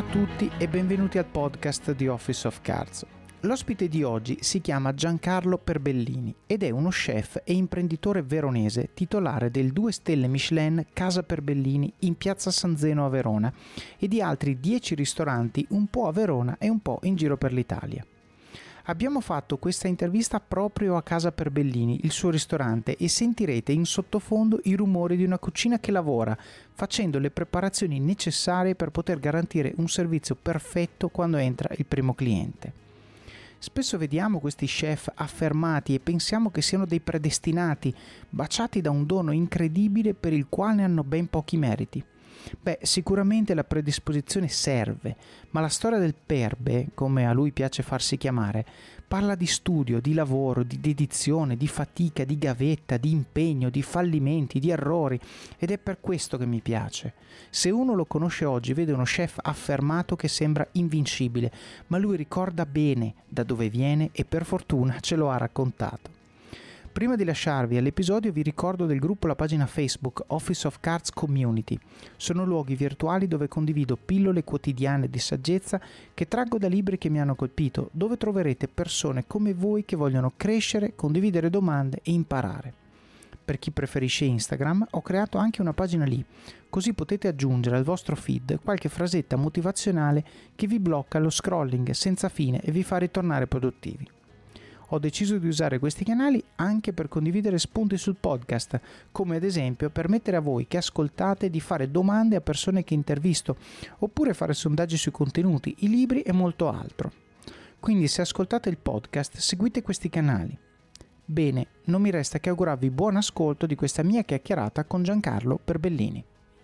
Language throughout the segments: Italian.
tutti e benvenuti al podcast di Office of Cards. L'ospite di oggi si chiama Giancarlo Perbellini ed è uno chef e imprenditore veronese titolare del 2 stelle Michelin Casa Perbellini in piazza San Zeno a Verona e di altri 10 ristoranti un po' a Verona e un po' in giro per l'Italia. Abbiamo fatto questa intervista proprio a Casa Perbellini, il suo ristorante, e sentirete in sottofondo i rumori di una cucina che lavora, facendo le preparazioni necessarie per poter garantire un servizio perfetto quando entra il primo cliente. Spesso vediamo questi chef affermati e pensiamo che siano dei predestinati, baciati da un dono incredibile per il quale hanno ben pochi meriti. Beh, sicuramente la predisposizione serve, ma la storia del Perbe, come a lui piace farsi chiamare, parla di studio, di lavoro, di dedizione, di fatica, di gavetta, di impegno, di fallimenti, di errori, ed è per questo che mi piace. Se uno lo conosce oggi vede uno chef affermato che sembra invincibile, ma lui ricorda bene da dove viene e per fortuna ce lo ha raccontato. Prima di lasciarvi all'episodio vi ricordo del gruppo, la pagina Facebook Office of Cards Community. Sono luoghi virtuali dove condivido pillole quotidiane di saggezza che traggo da libri che mi hanno colpito, dove troverete persone come voi che vogliono crescere, condividere domande e imparare. Per chi preferisce Instagram ho creato anche una pagina lì, così potete aggiungere al vostro feed qualche frasetta motivazionale che vi blocca lo scrolling senza fine e vi fa ritornare produttivi. Ho deciso di usare questi canali anche per condividere spunti sul podcast, come ad esempio permettere a voi che ascoltate di fare domande a persone che intervisto, oppure fare sondaggi sui contenuti, i libri e molto altro. Quindi se ascoltate il podcast, seguite questi canali. Bene, non mi resta che augurarvi buon ascolto di questa mia chiacchierata con Giancarlo Perbellini.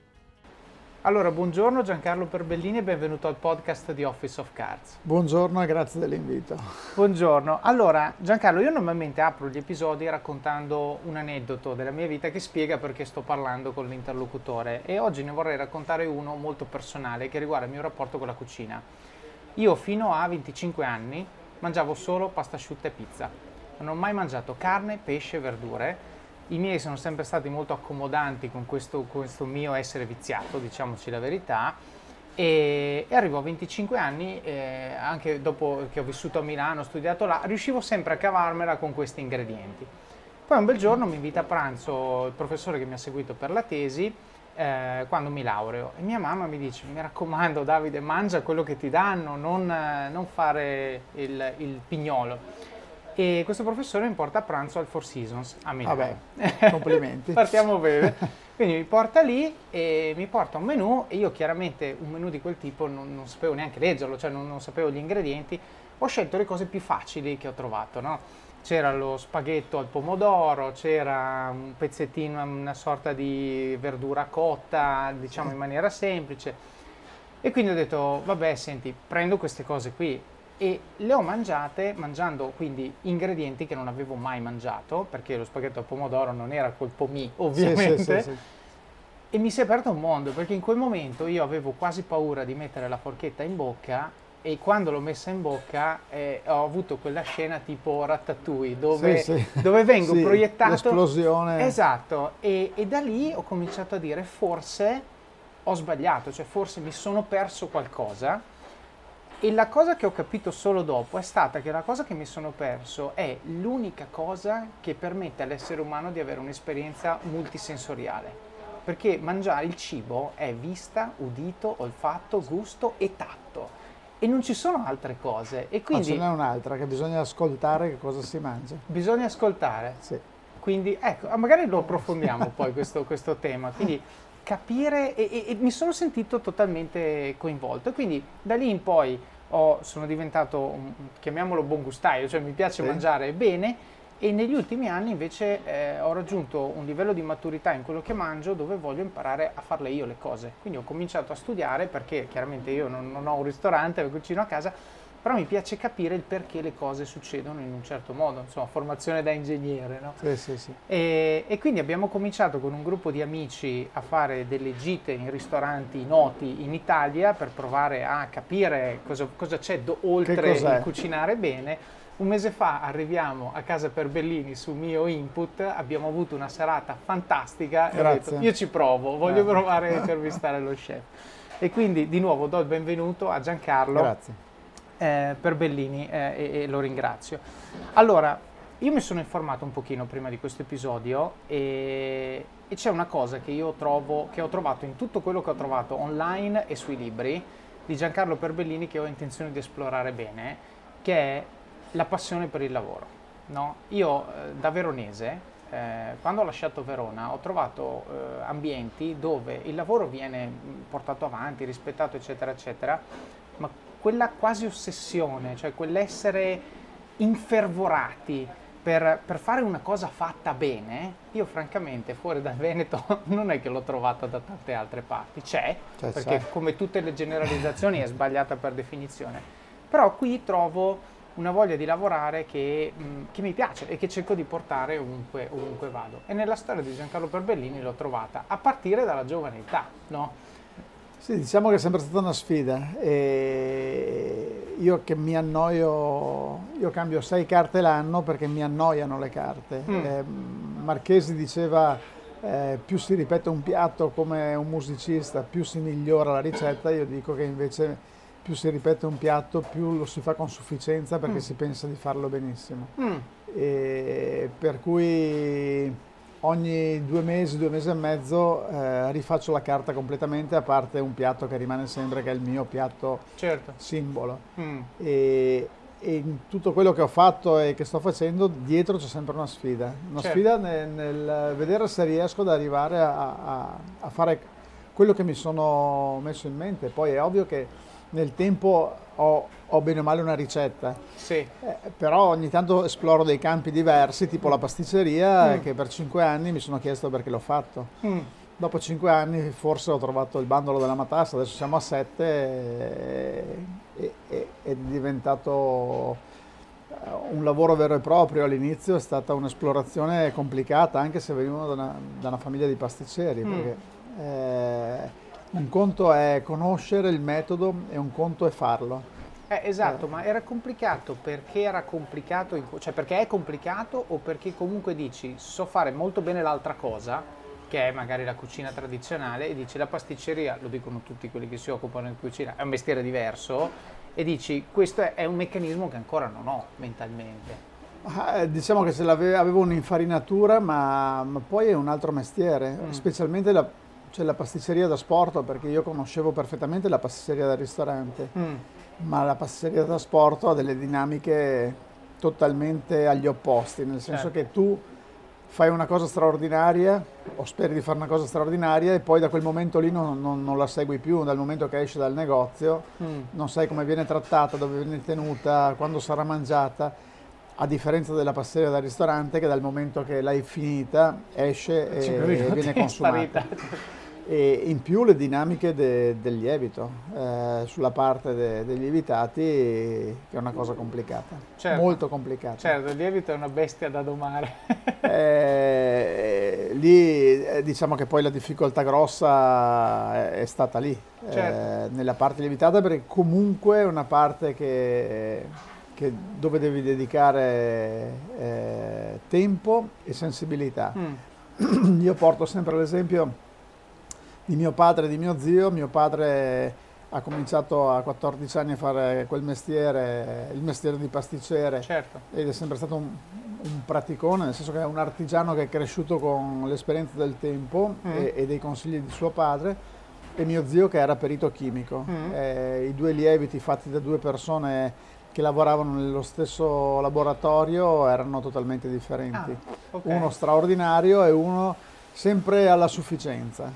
Allora, buongiorno Giancarlo Perbellini e benvenuto al podcast di Office of Cards. Buongiorno e grazie dell'invito. Buongiorno. Allora, Giancarlo, io normalmente apro gli episodi raccontando un aneddoto della mia vita che spiega perché sto parlando con l'interlocutore, e oggi ne vorrei raccontare uno molto personale che riguarda il mio rapporto con la cucina. Io fino a 25 anni mangiavo solo pasta asciutta e pizza. Non ho mai mangiato carne, pesce, verdure. I miei sono sempre stati molto accomodanti con questo mio essere viziato, diciamoci la verità, e arrivo a 25 anni, anche dopo che ho vissuto a Milano, ho studiato là, riuscivo sempre a cavarmela con questi ingredienti. Poi un bel giorno mi invita a pranzo il professore che mi ha seguito per la tesi, quando mi laureo, e mia mamma mi dice: mi raccomando Davide, mangia quello che ti danno, non fare il pignolo. E questo professore mi porta a pranzo al Four Seasons a Milano. Vabbè, complimenti. Partiamo bene. Quindi mi porta lì e mi porta un menù, e io chiaramente un menù di quel tipo non sapevo neanche leggerlo, cioè non sapevo gli ingredienti. Ho scelto le cose più facili che ho trovato, no? C'era lo spaghetto al pomodoro, c'era un pezzettino, una sorta di verdura cotta, diciamo in maniera semplice. E quindi ho detto: vabbè, senti, prendo queste cose qui. E le ho mangiate mangiando quindi ingredienti che non avevo mai mangiato, perché lo spaghetto al pomodoro non era col pomì, ovviamente. Sì. E mi si è aperto un mondo, perché in quel momento io avevo quasi paura di mettere la forchetta in bocca, e quando l'ho messa in bocca ho avuto quella scena tipo Ratatouille dove vengo proiettato, l'esplosione. Esatto, e da lì ho cominciato a dire: forse ho sbagliato, cioè forse mi sono perso qualcosa. E la cosa che ho capito solo dopo è stata che la cosa che mi sono perso è l'unica cosa che permette all'essere umano di avere un'esperienza multisensoriale. Perché mangiare il cibo è vista, udito, olfatto, gusto e tatto. E non ci sono altre cose. E quindi ce n'è un'altra, che bisogna ascoltare che cosa si mangia. Bisogna ascoltare? Sì. Quindi, ecco, magari lo approfondiamo poi questo tema. Quindi capire, e mi sono sentito totalmente coinvolto. E quindi da lì in poi sono diventato, chiamiamolo buon gustaio, cioè mi piace mangiare bene, e negli ultimi anni invece ho raggiunto un livello di maturità in quello che mangio dove voglio imparare a farle io le cose. Quindi ho cominciato a studiare, perché chiaramente io non ho un ristorante, cucino a casa, però mi piace capire il perché le cose succedono in un certo modo, insomma, formazione da ingegnere, no? Sì. E quindi abbiamo cominciato con un gruppo di amici a fare delle gite in ristoranti noti in Italia per provare a capire cosa c'è oltre il cucinare bene. Un mese fa arriviamo a casa Perbellini su mio input, abbiamo avuto una serata fantastica e ho detto, io ci provo, voglio provare a intervistare lo chef. E quindi di nuovo do il benvenuto a Giancarlo Perbellini e lo ringrazio. Allora, io mi sono informato un pochino prima di questo episodio e c'è una cosa che io trovo, che ho trovato in tutto quello che ho trovato online e sui libri di Giancarlo Perbellini, che ho intenzione di esplorare bene, che è la passione per il lavoro. No? Io da veronese, quando ho lasciato Verona, ho trovato ambienti dove il lavoro viene portato avanti, rispettato, eccetera, eccetera, ma quella quasi ossessione, cioè quell'essere infervorati per fare una cosa fatta bene, io francamente fuori dal Veneto non è che l'ho trovata da tante altre parti. C'è, perché come tutte le generalizzazioni è sbagliata per definizione, però qui trovo una voglia di lavorare che mi piace e che cerco di portare ovunque vado. E nella storia di Giancarlo Perbellini l'ho trovata a partire dalla giovane età, no? Sì, diciamo che è sempre stata una sfida. E io che mi annoio, io cambio 6 carte l'anno perché mi annoiano le carte. Marchesi diceva più si ripete un piatto come un musicista, più si migliora la ricetta. Io dico che invece più si ripete un piatto, più lo si fa con sufficienza perché si pensa di farlo benissimo. E per cui ogni 2 mesi, 2 mesi e mezzo rifaccio la carta completamente, a parte un piatto che rimane sempre, che è il mio piatto simbolo. E in tutto quello che ho fatto e che sto facendo, dietro c'è sempre una sfida. Sfida nel vedere se riesco ad arrivare a fare quello che mi sono messo in mente. Poi è ovvio che nel tempo ho bene o male una ricetta, però ogni tanto esploro dei campi diversi, tipo la pasticceria, che per 5 anni mi sono chiesto perché l'ho fatto. Dopo 5 anni forse ho trovato il bandolo della matassa, adesso siamo a 7 ed è diventato un lavoro vero e proprio. All'inizio è stata un'esplorazione complicata, anche se venivo da una famiglia di pasticceri, perché un conto è conoscere il metodo e un conto è farlo. Esatto, ma era complicato perché era complicato, cioè perché è complicato o perché comunque dici so fare molto bene l'altra cosa, che è magari la cucina tradizionale, e dici la pasticceria, lo dicono tutti quelli che si occupano di cucina, è un mestiere diverso, e dici questo è un meccanismo che ancora non ho mentalmente. Diciamo che avevo un'infarinatura, ma poi è un altro mestiere, specialmente la pasticceria da sport, perché io conoscevo perfettamente la pasticceria da ristorante, ma la pasticceria da sport ha delle dinamiche totalmente agli opposti, nel senso che tu fai una cosa straordinaria o speri di fare una cosa straordinaria e poi da quel momento lì non la segui più, dal momento che esci dal negozio, non sai come viene trattata, dove viene tenuta, quando sarà mangiata. A differenza della pasticceria da ristorante, che dal momento che l'hai finita esce e viene consumata. E in più le dinamiche del lievito, sulla parte dei lievitati, che è una cosa complicata, molto complicata. Certo, il lievito è una bestia da domare. Lì diciamo che poi la difficoltà grossa è stata lì, nella parte lievitata, perché comunque è una parte dove devi dedicare tempo e sensibilità. Io porto sempre l'esempio di mio padre e di mio zio. Mio padre ha cominciato a 14 anni a fare quel mestiere, il mestiere di pasticcere, ed è sempre stato un praticone, nel senso che è un artigiano che è cresciuto con l'esperienza del tempo e dei consigli di suo padre, e mio zio che era perito chimico. I 2 lieviti fatti da 2 persone che lavoravano nello stesso laboratorio erano totalmente differenti. Uno straordinario e uno sempre alla sufficienza.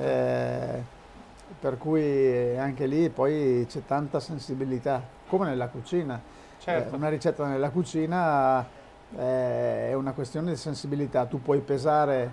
Per cui anche lì poi c'è tanta sensibilità, come nella cucina. Una ricetta nella cucina è una questione di sensibilità. Tu puoi pesare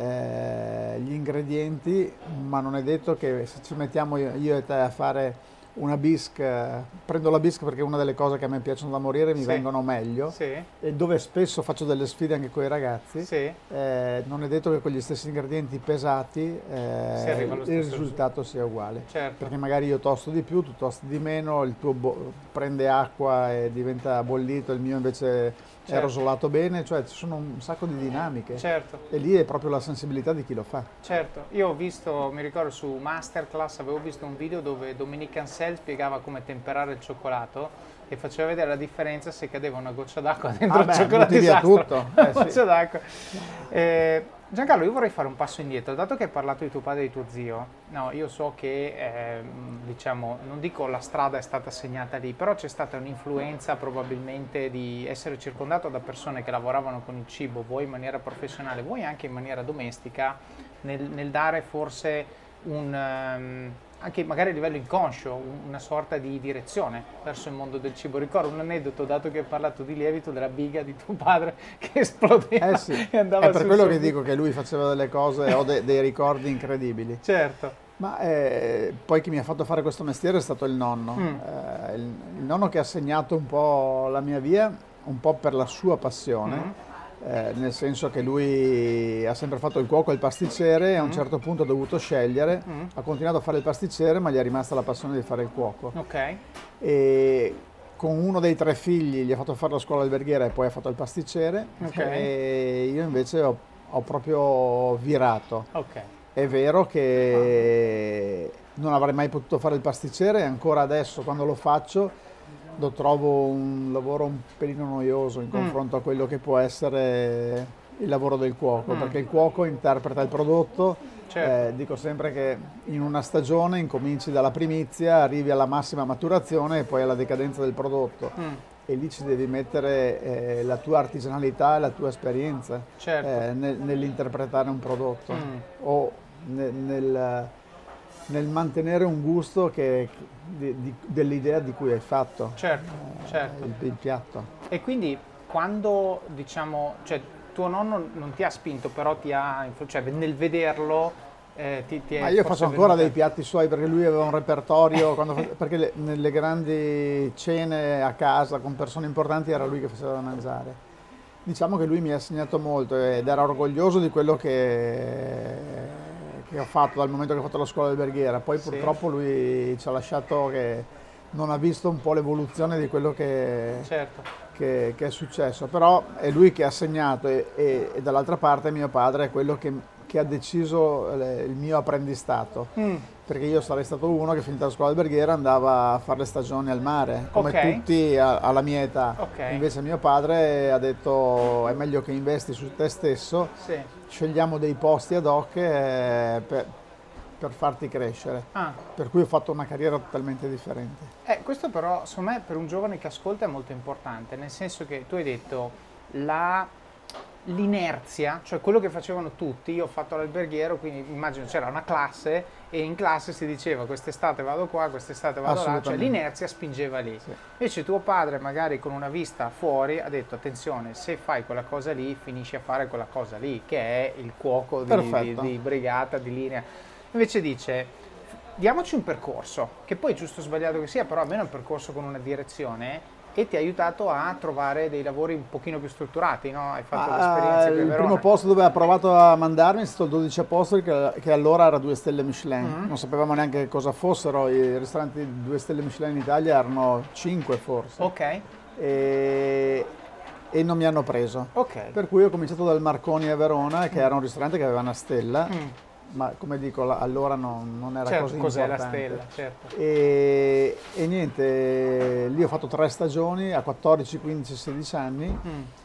gli ingredienti, ma non è detto che se ci mettiamo io e te a fare una bisque, prendo la bisque perché è una delle cose che a me piacciono da morire, mi vengono meglio, e dove spesso faccio delle sfide anche con i ragazzi, non è detto che con gli stessi ingredienti pesati il risultato sia uguale, perché magari io tosto di più, tu tosti di meno, il tuo prende acqua e diventa bollito, il mio invece è rosolato bene, cioè ci sono un sacco di dinamiche, e lì è proprio la sensibilità di chi lo fa. Certo, io ho visto, mi ricordo su Masterclass, avevo visto un video dove Dominique Ansel spiegava come temperare il cioccolato e faceva vedere la differenza se cadeva una goccia d'acqua dentro il cioccolato via tutto. Una goccia d'acqua. Giancarlo, io vorrei fare un passo indietro, dato che hai parlato di tuo padre e di tuo zio. No, io so che, diciamo, non dico la strada è stata segnata lì, però c'è stata un'influenza probabilmente di essere circondato da persone che lavoravano con il cibo, vuoi in maniera professionale, vuoi anche in maniera domestica, nel dare forse anche magari a livello inconscio, una sorta di direzione verso il mondo del cibo. Ricordo un aneddoto, dato che hai parlato di lievito, della biga di tuo padre che esplodeva e andava è per quello che dico che lui faceva delle cose, ho dei ricordi incredibili. Certo. Ma poi chi mi ha fatto fare questo mestiere è stato il nonno. Il nonno che ha segnato un po' la mia via, un po' per la sua passione. Nel senso che lui ha sempre fatto il cuoco e il pasticcere e a un certo punto ha dovuto scegliere, ha continuato a fare il pasticcere ma gli è rimasta la passione di fare il cuoco. E con uno dei 3 figli gli ha fatto fare la scuola alberghiera e poi ha fatto il pasticcere, e io invece ho proprio virato. È vero che non avrei mai potuto fare il pasticcere e ancora adesso quando lo faccio lo trovo un lavoro un pelino noioso in confronto a quello che può essere il lavoro del cuoco, perché il cuoco interpreta il prodotto. Dico sempre che in una stagione incominci dalla primizia, arrivi alla massima maturazione e poi alla decadenza del prodotto, e lì ci devi mettere la tua artigianalità e la tua esperienza nell'interpretare un prodotto o nel mantenere un gusto dell'idea di cui hai fatto il piatto. E quindi quando, diciamo, cioè tuo nonno non ti ha spinto, però ti ha, cioè nel vederlo Ma io faccio ancora dei piatti suoi, perché lui aveva un repertorio, perché nelle grandi cene a casa con persone importanti era lui che faceva da mangiare. Diciamo che lui mi ha insegnato molto ed era orgoglioso di quello che ho fatto dal momento che ho fatto la scuola alberghiera. Poi purtroppo lui ci ha lasciato che non ha visto un po' l'evoluzione di quello che è successo, però è lui che ha segnato e dall'altra parte mio padre è quello che ha deciso il mio apprendistato, perché io sarei stato uno che finita la scuola alberghiera andava a fare le stagioni al mare, come tutti alla mia età. Invece mio padre ha detto è meglio che investi su te stesso, scegliamo dei posti ad hoc per farti crescere. Per cui ho fatto una carriera totalmente differente. Questo però, secondo me, per un giovane che ascolta è molto importante, nel senso che tu hai detto l'inerzia, cioè quello che facevano tutti. Io ho fatto l'alberghiero, quindi immagino c'era una classe e in classe si diceva quest'estate vado qua, quest'estate vado là, cioè l'inerzia spingeva lì. Invece tuo padre, magari con una vista fuori, ha detto attenzione, se fai quella cosa lì finisci a fare quella cosa lì, che è il cuoco di brigata, di linea. Invece dice diamoci un percorso, che poi giusto o sbagliato che sia, però almeno un percorso con una direzione, e ti ha aiutato a trovare dei lavori un pochino più strutturati, no? Hai fatto l'esperienza qui a Verona. Il primo posto dove ha provato a mandarmi è stato il 12 Apostoli, che allora era 2 stelle Michelin. Non sapevamo neanche cosa fossero, i ristoranti 2 stelle Michelin in Italia erano 5 forse. E non mi hanno preso. Per cui ho cominciato dal Marconi a Verona, che era un ristorante che aveva una stella. Ma come dico, allora non era così cos'è importante. La stella, E niente, lì ho fatto 3 stagioni a 14, 15, 16 anni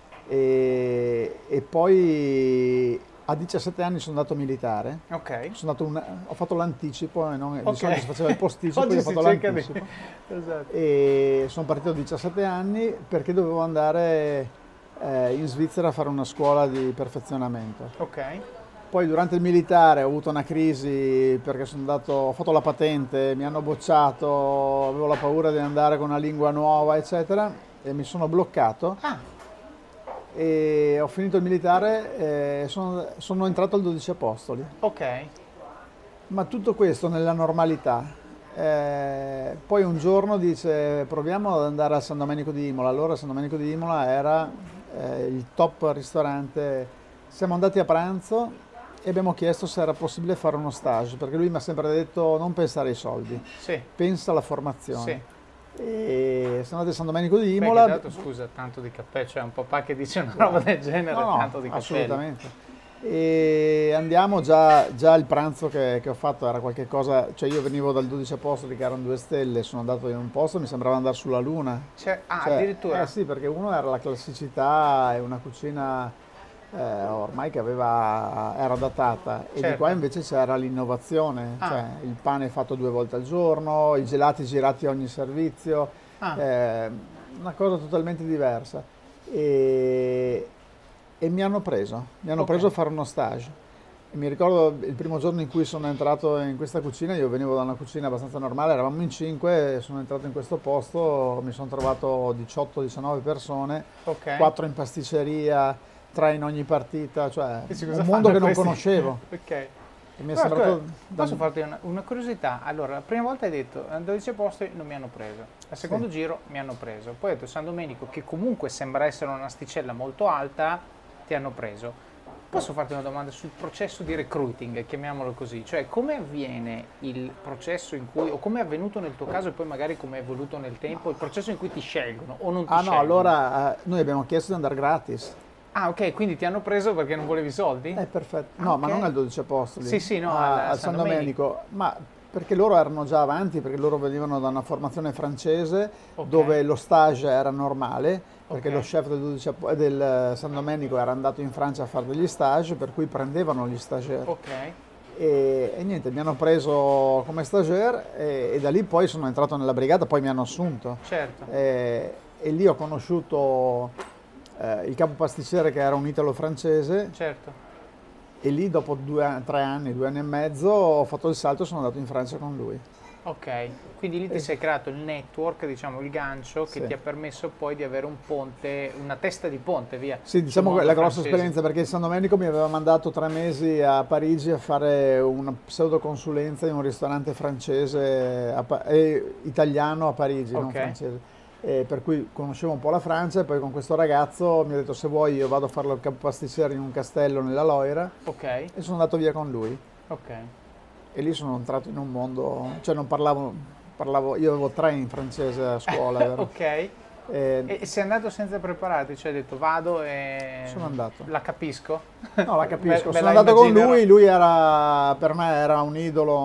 e poi a 17 anni sono andato militare. Ho fatto l'anticipo, di solito si faceva il posticipo, io ho fatto l'anticipo. E sono partito a 17 anni perché dovevo andare in Svizzera a fare una scuola di perfezionamento. Poi durante il militare ho avuto una crisi perché ho fatto la patente, mi hanno bocciato, avevo la paura di andare con una lingua nuova, eccetera, e mi sono bloccato. E ho finito il militare e sono entrato al 12 Apostoli. Ma tutto questo nella normalità. Poi un giorno dice proviamo ad andare al San Domenico di Imola. Allora San Domenico di Imola era il top ristorante. Siamo andati a pranzo e abbiamo chiesto se era possibile fare uno stage, perché lui mi ha sempre detto non pensare ai soldi, Sì, pensa alla formazione. sì. E siamo andati a San Domenico di Beh, Imola. che dato, scusa, tanto di cappello, cioè un papà che dice una roba del genere, No, tanto di cappello. assolutamente. E andiamo, già il pranzo che ho fatto era qualche cosa, cioè io venivo dal 12 Apostoli che erano 2 stelle, sono andato in un posto, mi sembrava andare sulla luna. Cioè, Addirittura? sì, perché uno era la classicità e una cucina ormai che era datata, e di Certo. qua invece c'era l'innovazione, cioè il pane fatto 2 volte al giorno, i gelati girati a ogni servizio, una cosa totalmente diversa. E mi hanno preso a fare uno stage. E mi ricordo il primo giorno in cui sono entrato in questa cucina, io venivo da una cucina abbastanza normale, eravamo in 5, sono entrato in questo posto, mi sono trovato 18-19 persone, 4 in pasticceria, 3 in ogni partita, cioè un mondo che non conoscevo. Ok. E mi è sembrato Posso farti una curiosità? Allora, la prima volta hai detto, a 12 posti non mi hanno preso, al secondo giro mi hanno preso, poi hai detto San Domenico, che comunque sembra essere un'asticella molto alta, ti hanno preso. Posso farti una domanda sul processo di recruiting, chiamiamolo così, cioè come avviene il processo in cui, o come è avvenuto nel tuo caso e poi magari come è evoluto nel tempo, il processo in cui ti scelgono o non ti scelgono? No, allora noi abbiamo chiesto di andare gratis. Ah, ok, quindi ti hanno preso perché non volevi soldi? Perfetto. No, ma non al 12 Apostoli. Sì, no, al San Domenico. Ma perché loro erano già avanti, perché loro venivano da una formazione francese dove lo stage era normale, perché lo chef del San Domenico era andato in Francia a fare degli stage, per cui prendevano gli stagiaire. E niente, mi hanno preso come stagiaire e da lì poi sono entrato nella brigata, poi mi hanno assunto. Certo. E lì ho conosciuto il capo pasticcere che era un italo-francese. Certo. E lì dopo 2 anni e mezzo ho fatto il salto e sono andato in Francia con lui. Ok, quindi lì ti sei creato il network, diciamo il gancio che ti ha permesso poi di avere un ponte, una testa di ponte, via. Sì, diciamo che la grossa esperienza, perché il San Domenico mi aveva mandato 3 mesi a Parigi a fare una pseudo consulenza in un ristorante francese, italiano a Parigi, non francese. Per cui conoscevo un po' la Francia, e poi con questo ragazzo mi ha detto se vuoi io vado a fare il capo pasticcere in un castello nella Loira, e sono andato via con lui. E lì sono entrato in un mondo, cioè non parlavo, io avevo 3 in francese a scuola. E sei andato senza prepararti, cioè hai detto vado e sono andato. La capisco? No, la capisco, sono andato con lui era, per me era un idolo,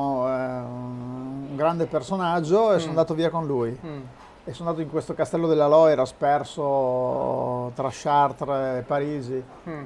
un grande personaggio, e sono andato via con lui. E sono andato in questo castello della Loira sperso tra Chartres e Parigi,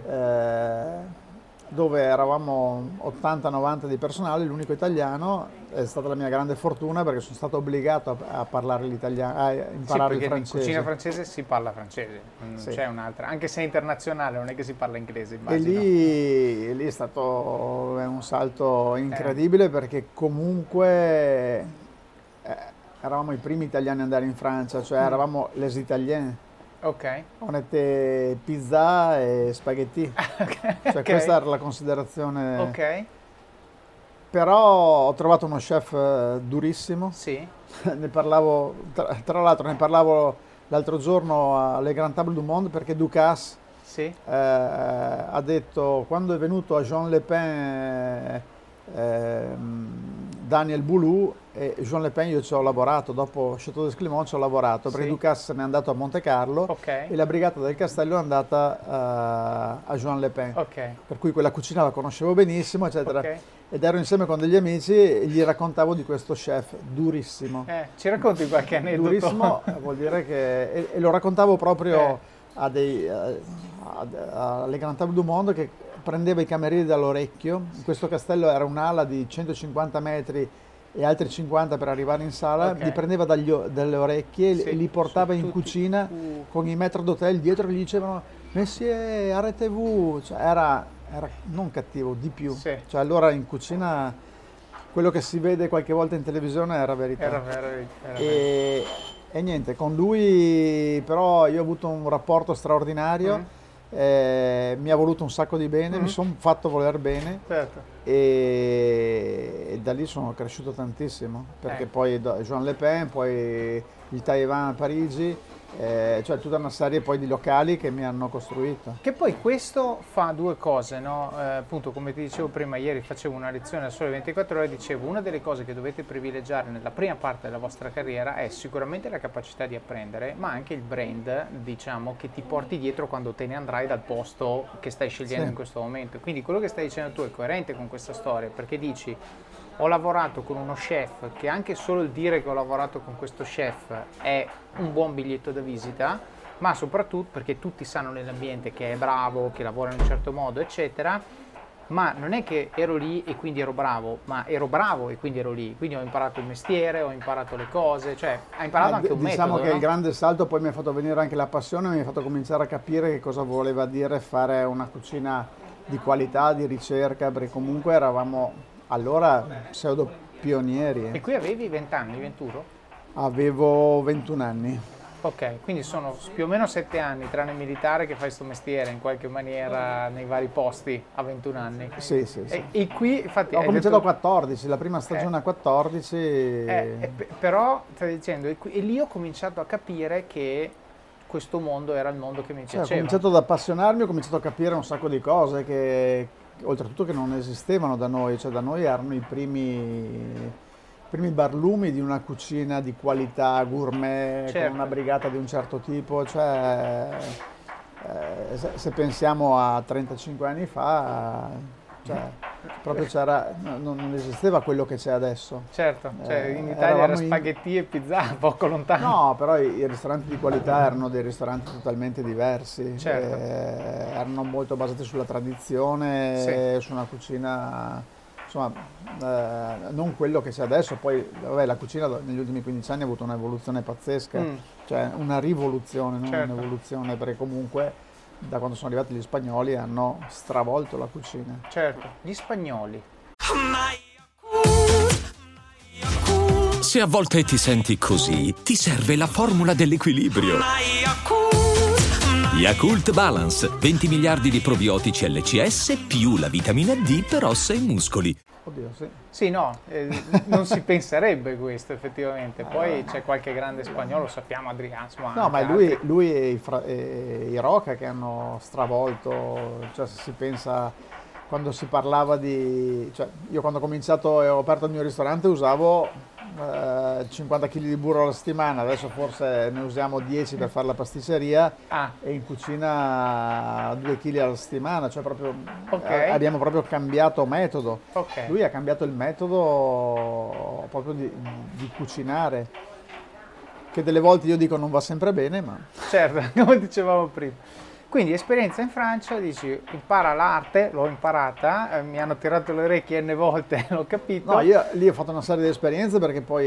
dove eravamo 80-90 di personale, l'unico italiano. È stata la mia grande fortuna perché sono stato obbligato a parlare l'italiano, a imparare il francese. In cucina francese si parla francese, non c'è un'altra, anche se è internazionale, non è che si parla inglese, immagino. E lì è stato un salto incredibile perché comunque eravamo i primi italiani ad andare in Francia, cioè eravamo les Italiens. On était pizza e spaghetti. Cioè questa era la considerazione. Però ho trovato uno chef durissimo. Ne parlavo, tra l'altro ne parlavo l'altro giorno alle Grand Table du Monde, perché Ducasse ha detto, quando è venuto a Jean Le Pen Daniel Boulou, e Jean Le Pen io ci ho lavorato, dopo Château d'Esclimont ci ho lavorato, perché Ducasse se n'è andato a Monte Carlo e la brigata del castello è andata a Jean Le Pen, per cui quella cucina la conoscevo benissimo, eccetera. Ed ero insieme con degli amici e gli raccontavo di questo chef durissimo. Ci racconti qualche aneddoto? Durissimo vuol dire che... E lo raccontavo proprio alle Grand Table du Monde, che prendeva i camerieri dall'orecchio. In questo castello era un'ala di 150 metri e altri 50 per arrivare in sala, li prendeva dalle orecchie e li portava in cucina con i maître d'hôtel dietro, che gli dicevano Monsieur, arrêtez-vous, cioè era non cattivo, di più. Cioè allora in cucina quello che si vede qualche volta in televisione era verità. Era vero. E niente, con lui però io ho avuto un rapporto straordinario. Mi ha voluto un sacco di bene, mi sono fatto voler bene, Certo. e da lì sono cresciuto tantissimo, perché poi Jean Le Pen, poi il Taiwan a Parigi, cioè tutta una serie poi di locali che mi hanno costruito. Che poi questo fa due cose, no? Appunto, come ti dicevo prima, ieri facevo una lezione a Sole 24 Ore, dicevo una delle cose che dovete privilegiare nella prima parte della vostra carriera è sicuramente la capacità di apprendere, ma anche il brand, diciamo, che ti porti dietro quando te ne andrai dal posto che stai scegliendo in questo momento. Quindi quello che stai dicendo tu è coerente con questa storia, perché dici: ho lavorato con uno chef, che anche solo il dire che ho lavorato con questo chef è un buon biglietto da visita, ma soprattutto perché tutti sanno nell'ambiente che è bravo, che lavora in un certo modo, eccetera, ma non è che ero lì e quindi ero bravo, ma ero bravo e quindi ero lì, quindi ho imparato il mestiere, ho imparato le cose, cioè hai imparato anche un diciamo metodo, che no? il grande salto poi mi ha fatto venire anche la passione, mi ha fatto cominciare a capire che cosa voleva dire fare una cucina di qualità, di ricerca, perché comunque eravamo allora pseudo pionieri. E qui avevi 20 anni, 21? Avevo 21 anni. Ok, quindi sono più o meno 7 anni, tranne il militare, che fai sto mestiere in qualche maniera nei vari posti a 21 anni. Sì. E qui, infatti, Ho hai cominciato detto, a 14, la prima stagione a 14. però stai dicendo, e lì ho cominciato a capire che questo mondo era il mondo che mi Ho piaceva. cominciato ad appassionarmi, ho cominciato a capire un sacco di cose che oltretutto che non esistevano da noi, cioè da noi erano i primi barlumi di una cucina di qualità gourmet, Certo. con una brigata di un certo tipo, cioè se pensiamo a 35 anni fa, cioè, proprio non esisteva quello che c'è adesso. Certo, cioè in Italia Eravamo era spaghetti e pizza, poco lontano. No, però i ristoranti di qualità erano dei ristoranti totalmente diversi, Certo. erano molto basati sulla tradizione, su una cucina, insomma, non quello che c'è adesso. Poi vabbè, la cucina negli ultimi 15 anni ha avuto un'evoluzione pazzesca, cioè una rivoluzione, non Certo. un'evoluzione, perché comunque da quando sono arrivati gli spagnoli hanno stravolto la cucina. Certo, gli spagnoli. Se a volte ti senti così, ti serve la formula dell'equilibrio. Yakult Balance, 20 miliardi di probiotici LCS più la vitamina D per ossa e muscoli. Oddio, sì. Sì, no, non si penserebbe questo effettivamente. Poi c'è qualche grande spagnolo, sappiamo, Adriano. No, ma è lui e i Roca che hanno stravolto, cioè se si pensa, quando si parlava di, cioè io quando ho cominciato e ho aperto il mio ristorante usavo 50 kg di burro alla settimana, adesso forse ne usiamo 10 per fare la pasticceria, e in cucina 2 kg alla settimana, cioè proprio abbiamo proprio cambiato metodo. Lui ha cambiato il metodo proprio di cucinare, che delle volte io dico non va sempre bene, ma... Certo, come dicevamo prima. Quindi esperienza in Francia, dici, impara l'arte, l'ho imparata, mi hanno tirato le orecchie n volte, l'ho capito. No, io lì ho fatto una serie di esperienze, perché poi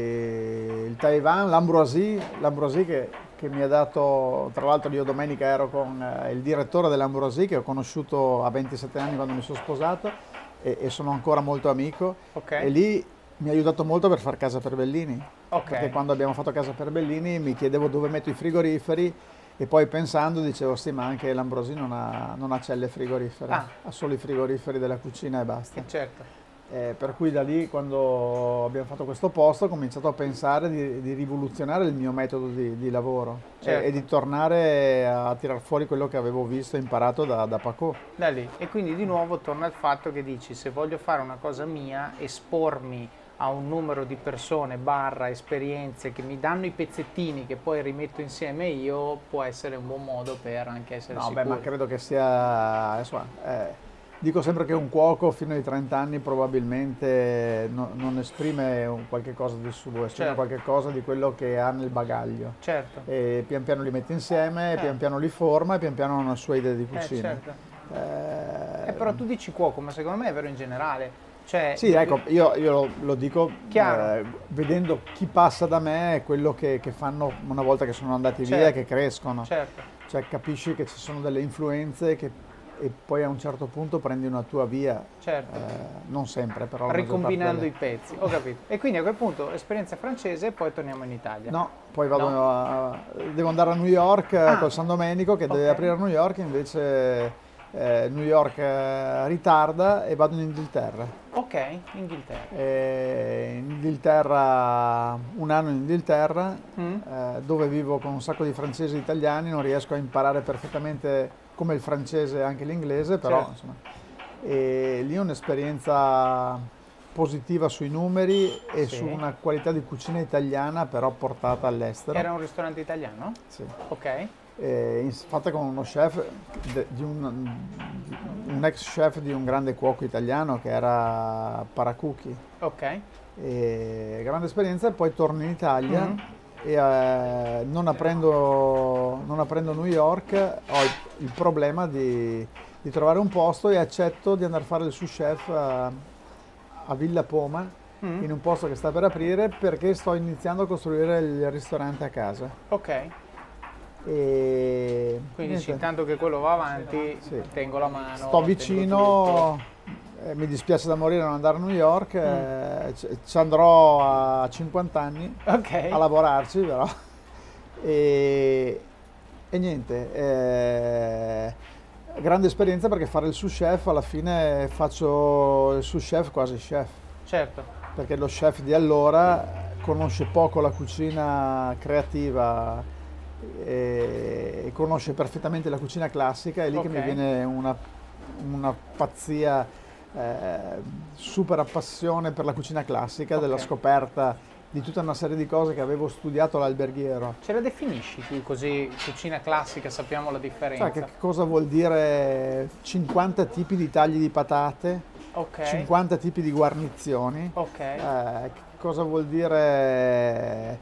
il Taiwan, l'Ambroisie che mi ha dato, tra l'altro io domenica ero con il direttore dell'Ambroisie, che ho conosciuto a 27 anni quando mi sono sposato, e sono ancora molto amico, e lì mi ha aiutato molto per far Casa per Bellini, perché quando abbiamo fatto Casa per Bellini mi chiedevo dove metto i frigoriferi, e poi pensando dicevo sì, ma anche l'Ambroisie non ha celle frigorifere, ha solo i frigoriferi della cucina e basta. Certo. Per cui da lì, quando abbiamo fatto questo posto, ho cominciato a pensare di rivoluzionare il mio metodo di lavoro, e di tornare a tirar fuori quello che avevo visto e imparato da Paco. Da lì. E quindi di nuovo torna al fatto che dici, se voglio fare una cosa mia, espormi a un numero di persone esperienze che mi danno i pezzettini che poi rimetto insieme io, può essere un buon modo per anche essere sicuri. Ma credo che sia, insomma, dico sempre che un cuoco fino ai 30 anni probabilmente non esprime qualche cosa di suo, esprime qualche cosa di quello che ha nel bagaglio. Certo. E pian piano li mette insieme, pian piano li forma, e pian piano ha una sua idea di cucina. Però tu dici cuoco, ma secondo me è vero in generale. Cioè, sì, ecco, io lo dico vedendo chi passa da me e quello che fanno una volta che sono andati via e che crescono. Certo. Cioè capisci che ci sono delle influenze e poi a un certo punto prendi una tua via, Certo. non sempre però. la maggior parte Ricombinando delle- i pezzi, ho capito. E quindi a quel punto esperienza francese e poi torniamo in Italia. No, poi vado No? devo andare a New York col San Domenico che deve Ok. aprire a New York, invece New York ritarda e vado in Inghilterra. Ok, Inghilterra. In Inghilterra, un anno in Inghilterra, Mm. dove vivo con un sacco di francesi e italiani, non riesco a imparare perfettamente come il francese e anche l'inglese, però Certo. insomma, e lì un'esperienza positiva sui numeri e Sì. su una qualità di cucina italiana però portata all'estero. Era un ristorante italiano? Sì. Ok. Fatta con uno chef, un ex chef di un grande cuoco italiano che era Paracucchi. Ok. Grande esperienza, e poi torno in Italia Mhm. e non aprendo New York ho il problema di trovare un posto e accetto di andare a fare il sous chef a Villa Poma, Mm. in un posto che sta per aprire, perché sto iniziando a costruire il ristorante a casa. Ok. E Quindi dici, niente, intanto che quello va avanti, Sì. tengo la mano. sto tengo vicino, mi dispiace da morire non andare a New York, Mm. ci andrò a 50 anni tutto. Ok. a lavorarci però. E, e niente, grande esperienza perché fare il sous chef, alla fine faccio il sous chef quasi chef, Certo. perché lo chef di allora conosce poco la cucina creativa e conosce perfettamente la cucina classica, è lì che mi Ok. viene una pazzia, super passione per la cucina classica, della Ok. scoperta di tutta una serie di cose che avevo studiato all'alberghiero. Ce la definisci tu così, cucina classica, sappiamo la differenza? Sai che cosa vuol dire 50 tipi di tagli di patate, Ok. 50 tipi di guarnizioni? Ok. Che cosa vuol dire,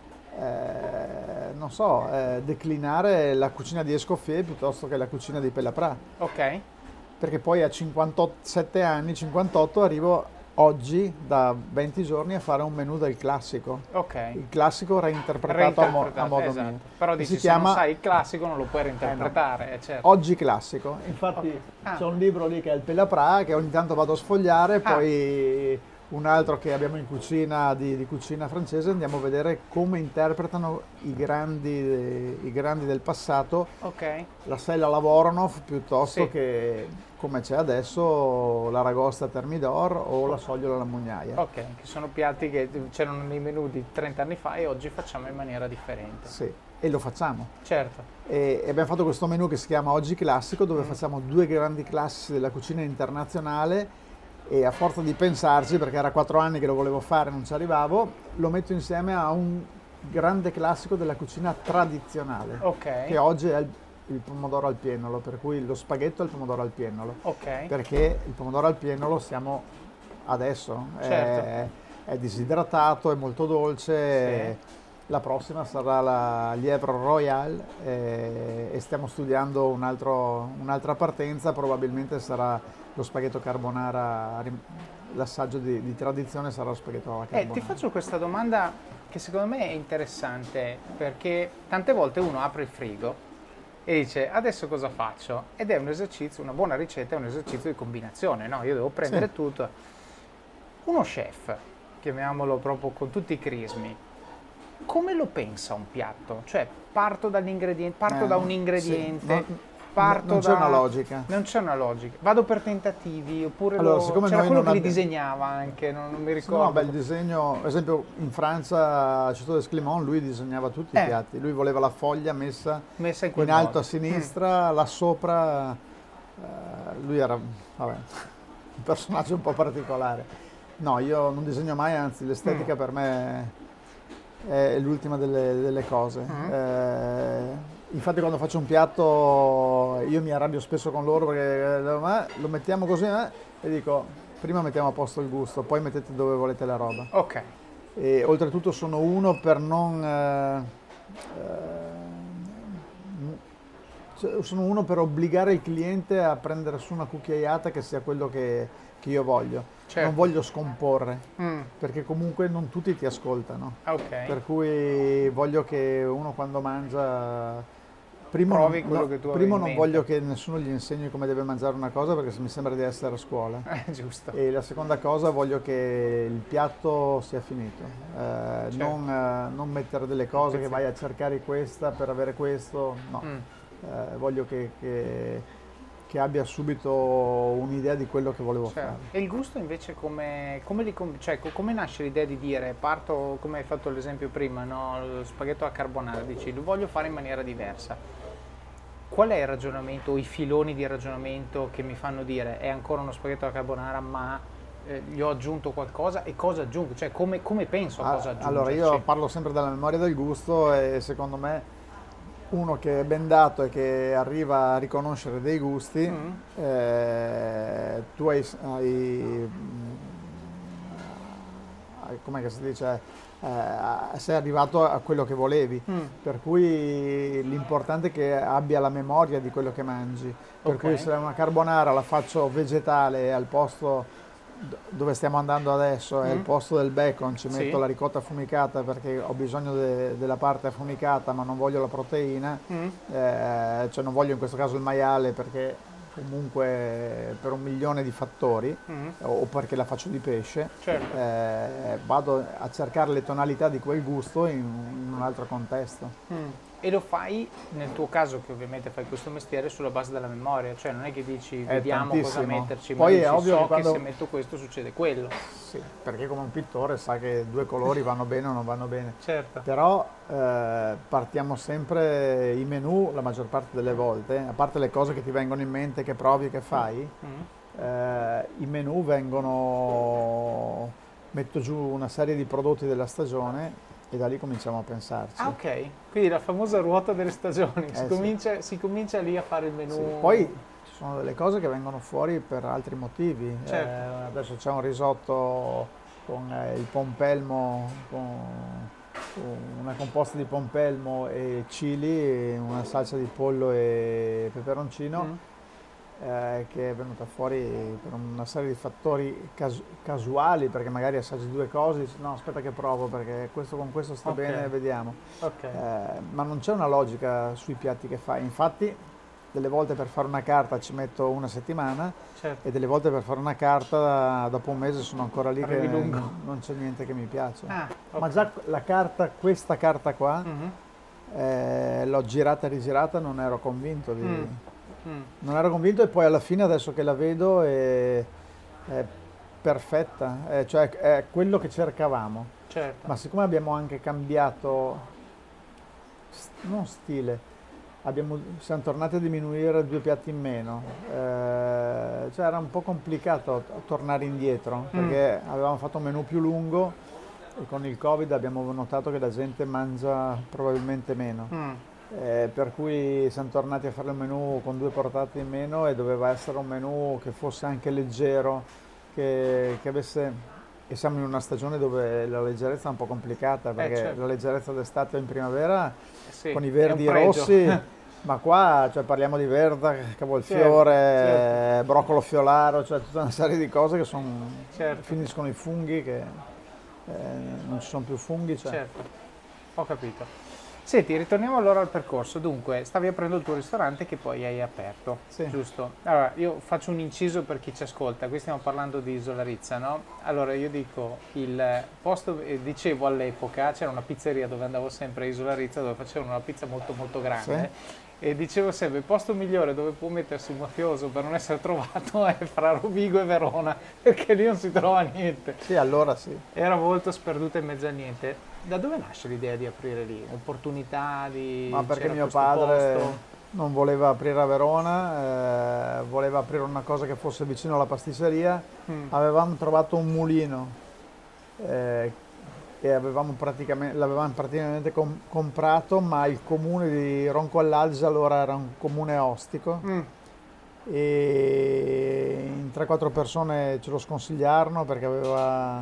non so, declinare la cucina di Escoffier piuttosto che la cucina di Pellaprat? Ok. Perché poi a 57 anni, 58, arrivo oggi, da 20 giorni, a fare un menù del classico. Ok. Il classico reinterpretato a modo esatto. mio. Però E dici, si se non chiama sai il classico non lo puoi reinterpretare, certo. Oggi Classico. Infatti Ok. Ah. c'è un libro lì che è il Pellaprat che ogni tanto vado a sfogliare, Ah. poi un altro che abbiamo in cucina di cucina francese, andiamo a vedere come interpretano i grandi del passato Ok. la sella Lavornov piuttosto Sì. che come c'è adesso l'aragosta Thermidor o la sogliola alla mugnaia. Ok, che sono piatti che c'erano nei menù di 30 anni fa e oggi facciamo in maniera differente. Sì, e lo facciamo. Certo. E abbiamo fatto questo menù che si chiama Oggi Classico, dove facciamo due grandi classici della cucina internazionale e a forza di pensarci, perché era 4 anni che lo volevo fare e non ci arrivavo, lo metto insieme a un grande classico della cucina tradizionale, Ok. che oggi è il pomodoro al piennolo, per cui lo spaghetto è il pomodoro al piennolo, Ok. perché il pomodoro al piennolo siamo adesso, Certo. è disidratato, è molto dolce. Sì. La prossima sarà la Lievre Royale e stiamo studiando un'altra partenza, probabilmente sarà lo spaghetto carbonara, l'assaggio di tradizione sarà lo spaghetto alla carbonara. Ti faccio questa domanda che secondo me è interessante perché tante volte uno apre il frigo e dice adesso cosa faccio? Ed è un esercizio, una buona ricetta è un esercizio di combinazione, no? Io devo prendere Sì. tutto. Uno chef, chiamiamolo proprio con tutti i crismi, come lo pensa un piatto? Cioè parto dall'ingrediente, parto da un Sì, ingrediente, parto non c'è da... una logica. Non c'è una logica. Vado per tentativi, oppure Allora, siccome c'era noi quello non che li abbiamo- disegnava anche, non mi ricordo. No, beh, il disegno, per esempio in Francia, a Chateau d'Esclimont, lui disegnava tutti i piatti, lui voleva la foglia messa Messa in quel in alto modo. a sinistra, là sopra, lui era, vabbè, un personaggio un po' particolare. No, io non disegno mai, anzi l'estetica per me è l'ultima delle cose. Infatti quando faccio un piatto io mi arrabbio spesso con loro perché lo mettiamo così e dico prima mettiamo a posto il gusto, poi mettete dove volete la roba. Ok, E oltretutto sono uno per sono uno per obbligare il cliente a prendere su una cucchiaiata che sia quello che io voglio. Certo. Non voglio scomporre, Mm, perché comunque non tutti ti ascoltano. ok. Per cui voglio che uno quando mangia provi quello che tu avevi in non mente. voglio che nessuno gli insegni come deve mangiare una cosa, perché mi sembra di essere a scuola. Giusto. E la seconda cosa, voglio che il piatto sia finito, Certo. non mettere delle cose che vai a cercare questa per avere questo, no. Voglio che abbia subito un'idea di quello che volevo Certo. fare. E il gusto invece come nasce l'idea di dire, parto come hai fatto l'esempio prima, no? Lo spaghetto alla carbonara, dici lo voglio fare in maniera diversa. Qual è il ragionamento, i filoni di ragionamento che mi fanno dire è ancora uno spaghetto alla carbonara ma gli ho aggiunto qualcosa e cosa aggiungo? Cioè come penso a cosa aggiungerci? Allora, io parlo sempre della memoria del gusto e secondo me uno che è ben dato e che arriva a riconoscere dei gusti, tu com'è che si dice, sei arrivato a quello che volevi, per cui l'importante è che abbia la memoria di quello che mangi, per cui se una carbonara la faccio vegetale al posto dove stiamo andando adesso, è il posto del bacon, ci metto la ricotta affumicata perché ho bisogno della parte affumicata ma non voglio la proteina, cioè non voglio in questo caso il maiale perché comunque per 1.000.000 di fattori, o perché la faccio di pesce, Certo. vado a cercare le tonalità di quel gusto in un altro contesto. E lo fai, nel tuo caso, che ovviamente fai questo mestiere, sulla base della memoria, cioè non è che dici vediamo cosa metterci, poi ma è ovvio so che quando... se metto questo succede quello. Sì, perché come un pittore sa che 2 colori vanno bene o non vanno bene. Certo. Però partiamo sempre i menù la maggior parte delle volte, a parte le cose che ti vengono in mente, che provi e che fai, i menù vengono... metto giù una serie di prodotti della stagione e da lì cominciamo a pensarci. Ah, ok, quindi la famosa ruota delle stagioni, si comincia lì a fare il menù. Sì. Poi ci sono delle cose che vengono fuori per altri motivi. Certo. Adesso c'è un risotto con il pompelmo, con una composta di pompelmo e chili, una salsa di pollo e peperoncino. Che è venuta fuori per una serie di fattori casuali, perché magari assaggi 2 cose e dici no, aspetta che provo perché questo con questo sta bene, vediamo. Ma non c'è una logica sui piatti che fai, infatti delle volte per fare una carta ci metto una settimana e delle volte per fare una carta dopo un mese sono ancora lì che non c'è niente che mi piace. Ma già la carta, questa carta qua, l'ho girata e rigirata, non ero convinto di... Non ero convinto e poi alla fine adesso che la vedo è perfetta, cioè è quello che cercavamo. Certo. Ma siccome abbiamo anche cambiato, non stile, siamo tornati a diminuire 2 piatti in meno, cioè era un po' complicato tornare indietro perché avevamo fatto un menù più lungo e con il Covid abbiamo notato che la gente mangia probabilmente meno. Per cui siamo tornati a fare il menù con 2 portate in meno e doveva essere un menù che fosse anche leggero, che avesse... E siamo in una stagione dove la leggerezza è un po' complicata, perché la leggerezza d'estate o in primavera con i verdi e i rossi, ma qua cioè, parliamo di verda, cavolfiore, broccolo fiolaro, cioè tutta una serie di cose che finiscono i funghi, che non ci sono più funghi. Certo, ho capito. Senti, ritorniamo allora al percorso. Dunque, stavi aprendo il tuo ristorante che poi hai aperto, giusto? Allora, io faccio un inciso per chi ci ascolta. Qui stiamo parlando di Isola Rizza, no? Allora, io dico, il posto, dicevo all'epoca, c'era una pizzeria dove andavo sempre a Isola Rizza, dove facevano una pizza molto molto grande. E dicevo sempre, il posto migliore dove può mettersi un mafioso per non essere trovato è fra Rovigo e Verona, perché lì non si trova niente. Sì, allora sì. Era molto sperduta in mezzo a niente. Da dove nasce l'idea di aprire lì? Opportunità di... Ma perché mio padre posto? Non voleva aprire a Verona, voleva aprire una cosa che fosse vicino alla pasticceria. Avevamo trovato un mulino e l'avevamo praticamente comprato, ma il comune di Ronco all'Alge allora era un comune ostico e in 3-4 persone ce lo sconsigliarono perché aveva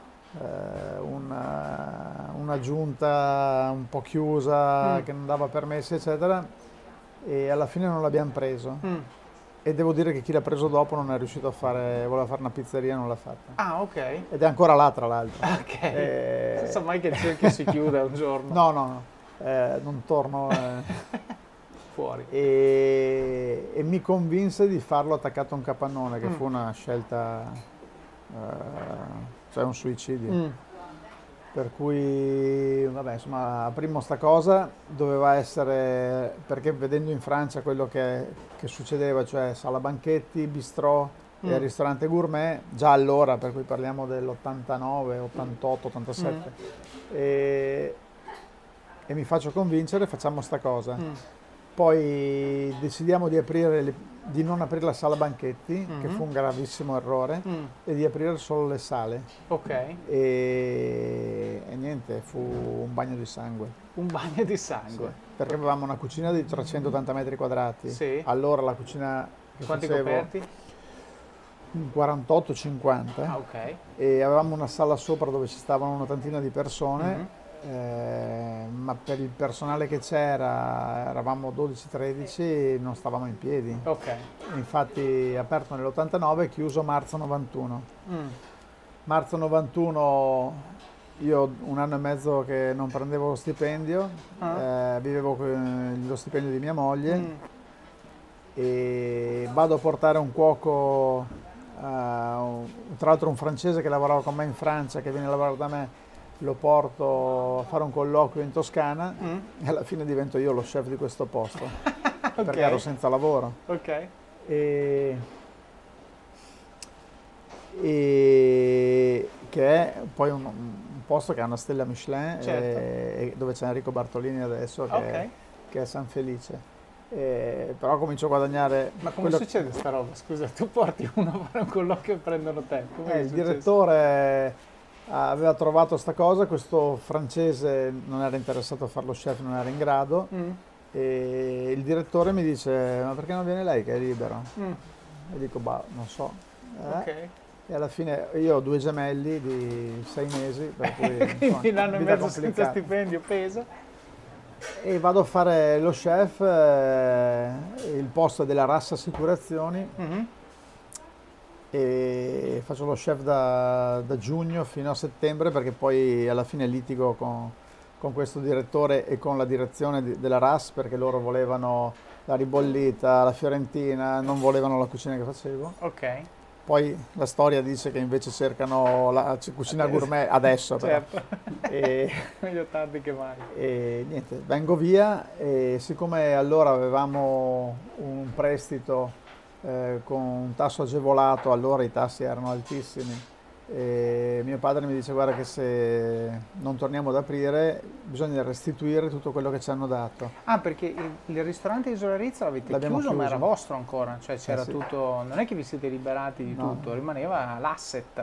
una giunta un po' chiusa che non dava permessi eccetera, e alla fine non l'abbiamo preso. E devo dire che chi l'ha preso dopo non è riuscito a fare, voleva fare una pizzeria e non l'ha fatta. Ah, ok. Ed è ancora là, tra l'altro. Ok. Non so mai che il cerchio si chiuda un giorno. No, non torno. fuori. E mi convinse di farlo attaccato a un capannone, che fu una scelta, cioè un suicidio. Per cui, vabbè, insomma, aprimmo sta cosa, doveva essere, perché vedendo in Francia quello che succedeva, cioè sala banchetti, bistrò e ristorante gourmet, già allora, per cui parliamo dell'89, 88, 87, e mi faccio convincere, facciamo sta cosa. Poi decidiamo di non aprire la sala banchetti, che fu un gravissimo errore, e di aprire solo le sale. Ok. E niente, fu un bagno di sangue. Un bagno di sangue. Sì, perché avevamo una cucina di 380 metri quadrati. Sì. Allora la cucina che Quanti facevo, coperti? 48-50. Ah, ok. E avevamo una sala sopra dove ci stavano una tantina di persone. Ma per il personale che c'era, eravamo 12-13, non stavamo in piedi. Ok. Infatti aperto nell'89 e chiuso marzo 91. Marzo 91 io un anno e mezzo che non prendevo lo stipendio, vivevo con lo stipendio di mia moglie e vado a portare un cuoco, tra l'altro un francese che lavorava con me in Francia, che viene a lavorare da me. Lo porto a fare un colloquio in Toscana e alla fine divento io lo chef di questo posto, perché ero senza lavoro. Ok. E che è poi un posto che ha una stella Michelin, Certo. dove c'è Enrico Bartolini adesso, che è San Felice. Però comincio a guadagnare... Ma come succede sta roba? Scusa, tu porti uno a fare un colloquio e prendono te. Il direttore aveva trovato sta cosa, questo francese non era interessato a fare lo chef, non era in grado, e il direttore mi dice: ma perché non viene lei che è libero? E dico: bah, non so. Ok. E alla fine io ho 2 gemelli di 6 mesi, per cui Quindi un anno e vita mezzo senza complicata. stipendio, pesa. E vado a fare lo chef, il posto è della Rassa Assicurazioni, e faccio lo chef da giugno fino a settembre, perché poi alla fine litigo con questo direttore e con la direzione della RAS, perché loro volevano la ribollita, la fiorentina, non volevano la cucina che facevo. Ok. Poi la storia dice che invece cercano la cucina gourmet adesso, però. Certo. E, Meglio tardi che mai. e niente, vengo via, e siccome allora avevamo un prestito con un tasso agevolato, allora i tassi erano altissimi, e mio padre mi dice: guarda che se non torniamo ad aprire bisogna restituire tutto quello che ci hanno dato. Ah, perché il ristorante Isola Rizza l'abbiamo chiuso, ma era vostro ancora, cioè c'era sì. tutto, non è che vi siete liberati di tutto, rimaneva l'asset.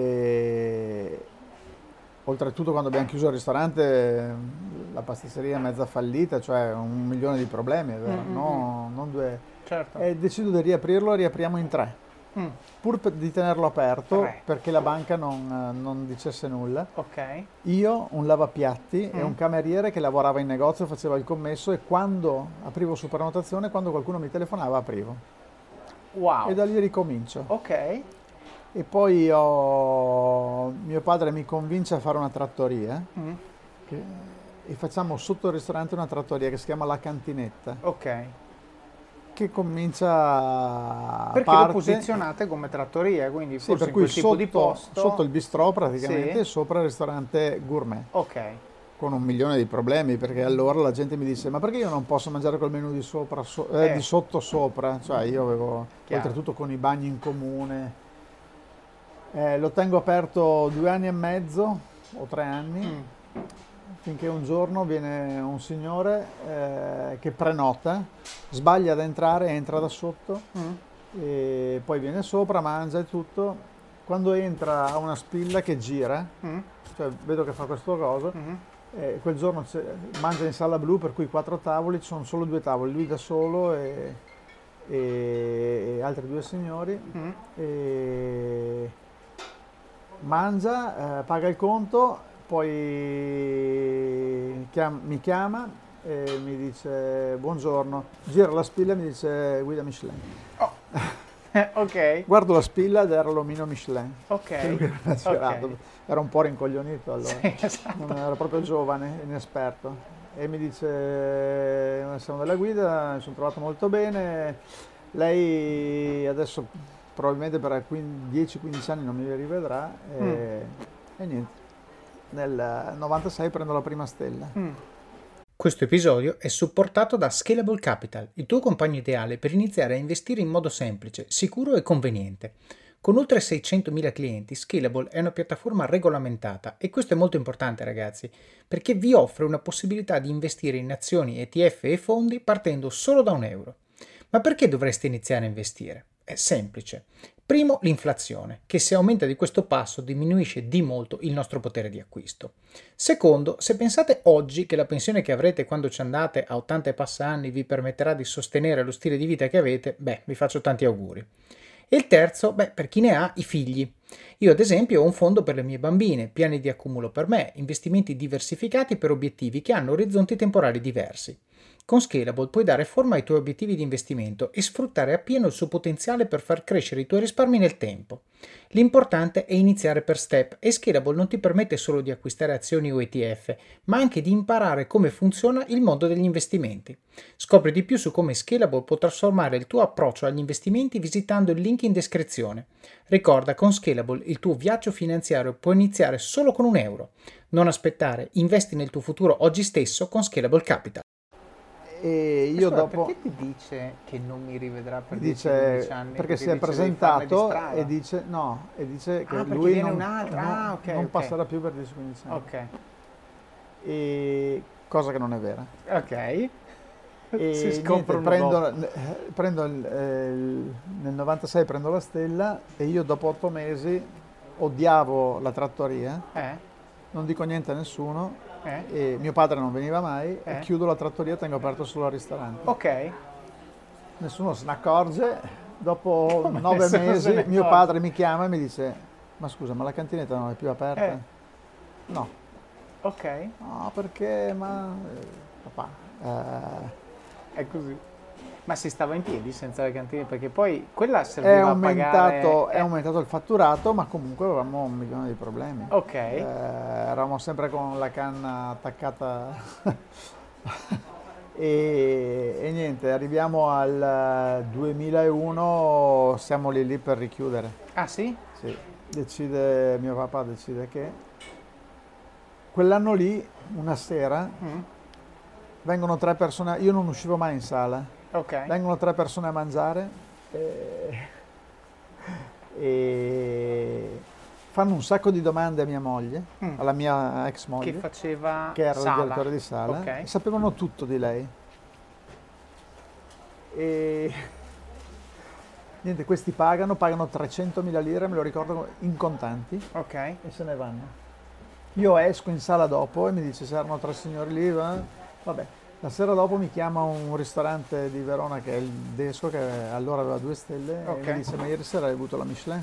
E oltretutto, quando abbiamo chiuso il ristorante, la pasticceria è mezza fallita, cioè 1 milione di problemi, è vero? No, non 2. Certo. E decido di riaprirlo, e riapriamo in 3. Pur di tenerlo aperto, 3. perché la banca non dicesse nulla. Ok. Io, un lavapiatti e un cameriere che lavorava in negozio, faceva il commesso, e quando aprivo su prenotazione, quando qualcuno mi telefonava, aprivo. Wow. E da lì ricomincio. Ok. E poi mio padre mi convince a fare una trattoria, e facciamo sotto il ristorante una trattoria che si chiama La Cantinetta, Ok. che comincia a Perché parte, lo posizionate come trattoria, quindi sì, forse per in cui quel tipo di posto. sotto il bistrò praticamente, Sì. e sopra il ristorante gourmet, Ok. con 1 milione di problemi, perché allora la gente mi dice: ma perché io non posso mangiare col menù di sopra, di sotto sopra? Cioè io avevo, Chiaro. oltretutto con i bagni in comune. Lo tengo aperto 2 anni e mezzo o 3 anni, finché un giorno viene un signore che prenota, sbaglia ad entrare, entra da sotto, e poi viene sopra, mangia e tutto. Quando entra ha una spilla che gira, cioè vedo che fa questo coso. Quel giorno mangia in sala blu, per cui 4 tavoli, ci sono solo 2 tavoli, lui da solo e altri 2 signori. E mangia, paga il conto, poi mi chiama e mi dice: buongiorno, gira la spilla e mi dice: guida Michelin. Ok. Guardo la spilla ed era l'omino Michelin. Ok. Che lui era girato. Era un po' rincoglionito allora. Sì, esatto. Non era proprio giovane, inesperto. e mi dice, siamo della guida, mi sono trovato molto bene, lei adesso probabilmente per 10-15 anni non mi rivedrà e niente. Nel 96 prendo la prima stella. Questo episodio è supportato da Scalable Capital, il tuo compagno ideale per iniziare a investire in modo semplice, sicuro e conveniente. Con oltre 600.000 clienti, Scalable è una piattaforma regolamentata e questo è molto importante, ragazzi, perché vi offre una possibilità di investire in azioni, ETF e fondi partendo solo da €1. Ma perché dovreste iniziare a investire? È semplice. Primo, l'inflazione, che se aumenta di questo passo diminuisce di molto il nostro potere di acquisto. Secondo, se pensate oggi che la pensione che avrete quando ci andate a 80 e passa anni vi permetterà di sostenere lo stile di vita che avete, vi faccio tanti auguri. E il terzo, per chi ne ha, i figli. Io ad esempio ho un fondo per le mie bambine, piani di accumulo per me, investimenti diversificati per obiettivi che hanno orizzonti temporali diversi. Con Scalable puoi dare forma ai tuoi obiettivi di investimento e sfruttare appieno il suo potenziale per far crescere i tuoi risparmi nel tempo. L'importante è iniziare per step e Scalable non ti permette solo di acquistare azioni o ETF, ma anche di imparare come funziona il mondo degli investimenti. Scopri di più su come Scalable può trasformare il tuo approccio agli investimenti visitando il link in descrizione. Ricorda, con Scalable il tuo viaggio finanziario può iniziare solo con €1. Non aspettare, investi nel tuo futuro oggi stesso con Scalable Capital. E io dopo perché ti dice che non mi rivedrà per dice 10-15 anni? perché si è presentato e dice che lui non passerà più per 10-15 anni. Ok. E cosa che non è vera. Ok. E Si scopre nel 96 prendo la stella e io dopo 8 mesi odiavo la trattoria, non dico niente a nessuno. E mio padre non veniva mai e chiudo la trattoria, tengo aperto solo al ristorante. Ok. Nessuno se ne accorge. Dopo 9 mesi mio padre mi chiama e mi dice: ma scusa, ma la cantinetta non è più aperta? No. Ok. No, perché? Papà, è così. Ma si stava in piedi senza le cantine? Perché poi quella serviva a pagare... È aumentato il fatturato, ma comunque avevamo 1 milione di problemi. Ok. Eravamo sempre con la canna attaccata e niente, arriviamo al 2001, siamo lì per richiudere. Ah sì? Sì, mio papà decide che quell'anno lì, una sera, vengono 3 persone, io non uscivo mai in sala. Okay. Vengono 3 persone a mangiare e fanno un sacco di domande a mia moglie, alla mia ex moglie, che era sala. il direttore di sala, e sapevano tutto di lei. E niente, questi pagano 300.000 lire, me lo ricordo, in contanti, e se ne vanno. Io esco in sala dopo e mi dice: c'erano 3 signori lì, vabbè. La sera dopo mi chiama un ristorante di Verona che è il Desco, che allora aveva 2 stelle, e mi dice: ma ieri sera hai avuto la Michelin?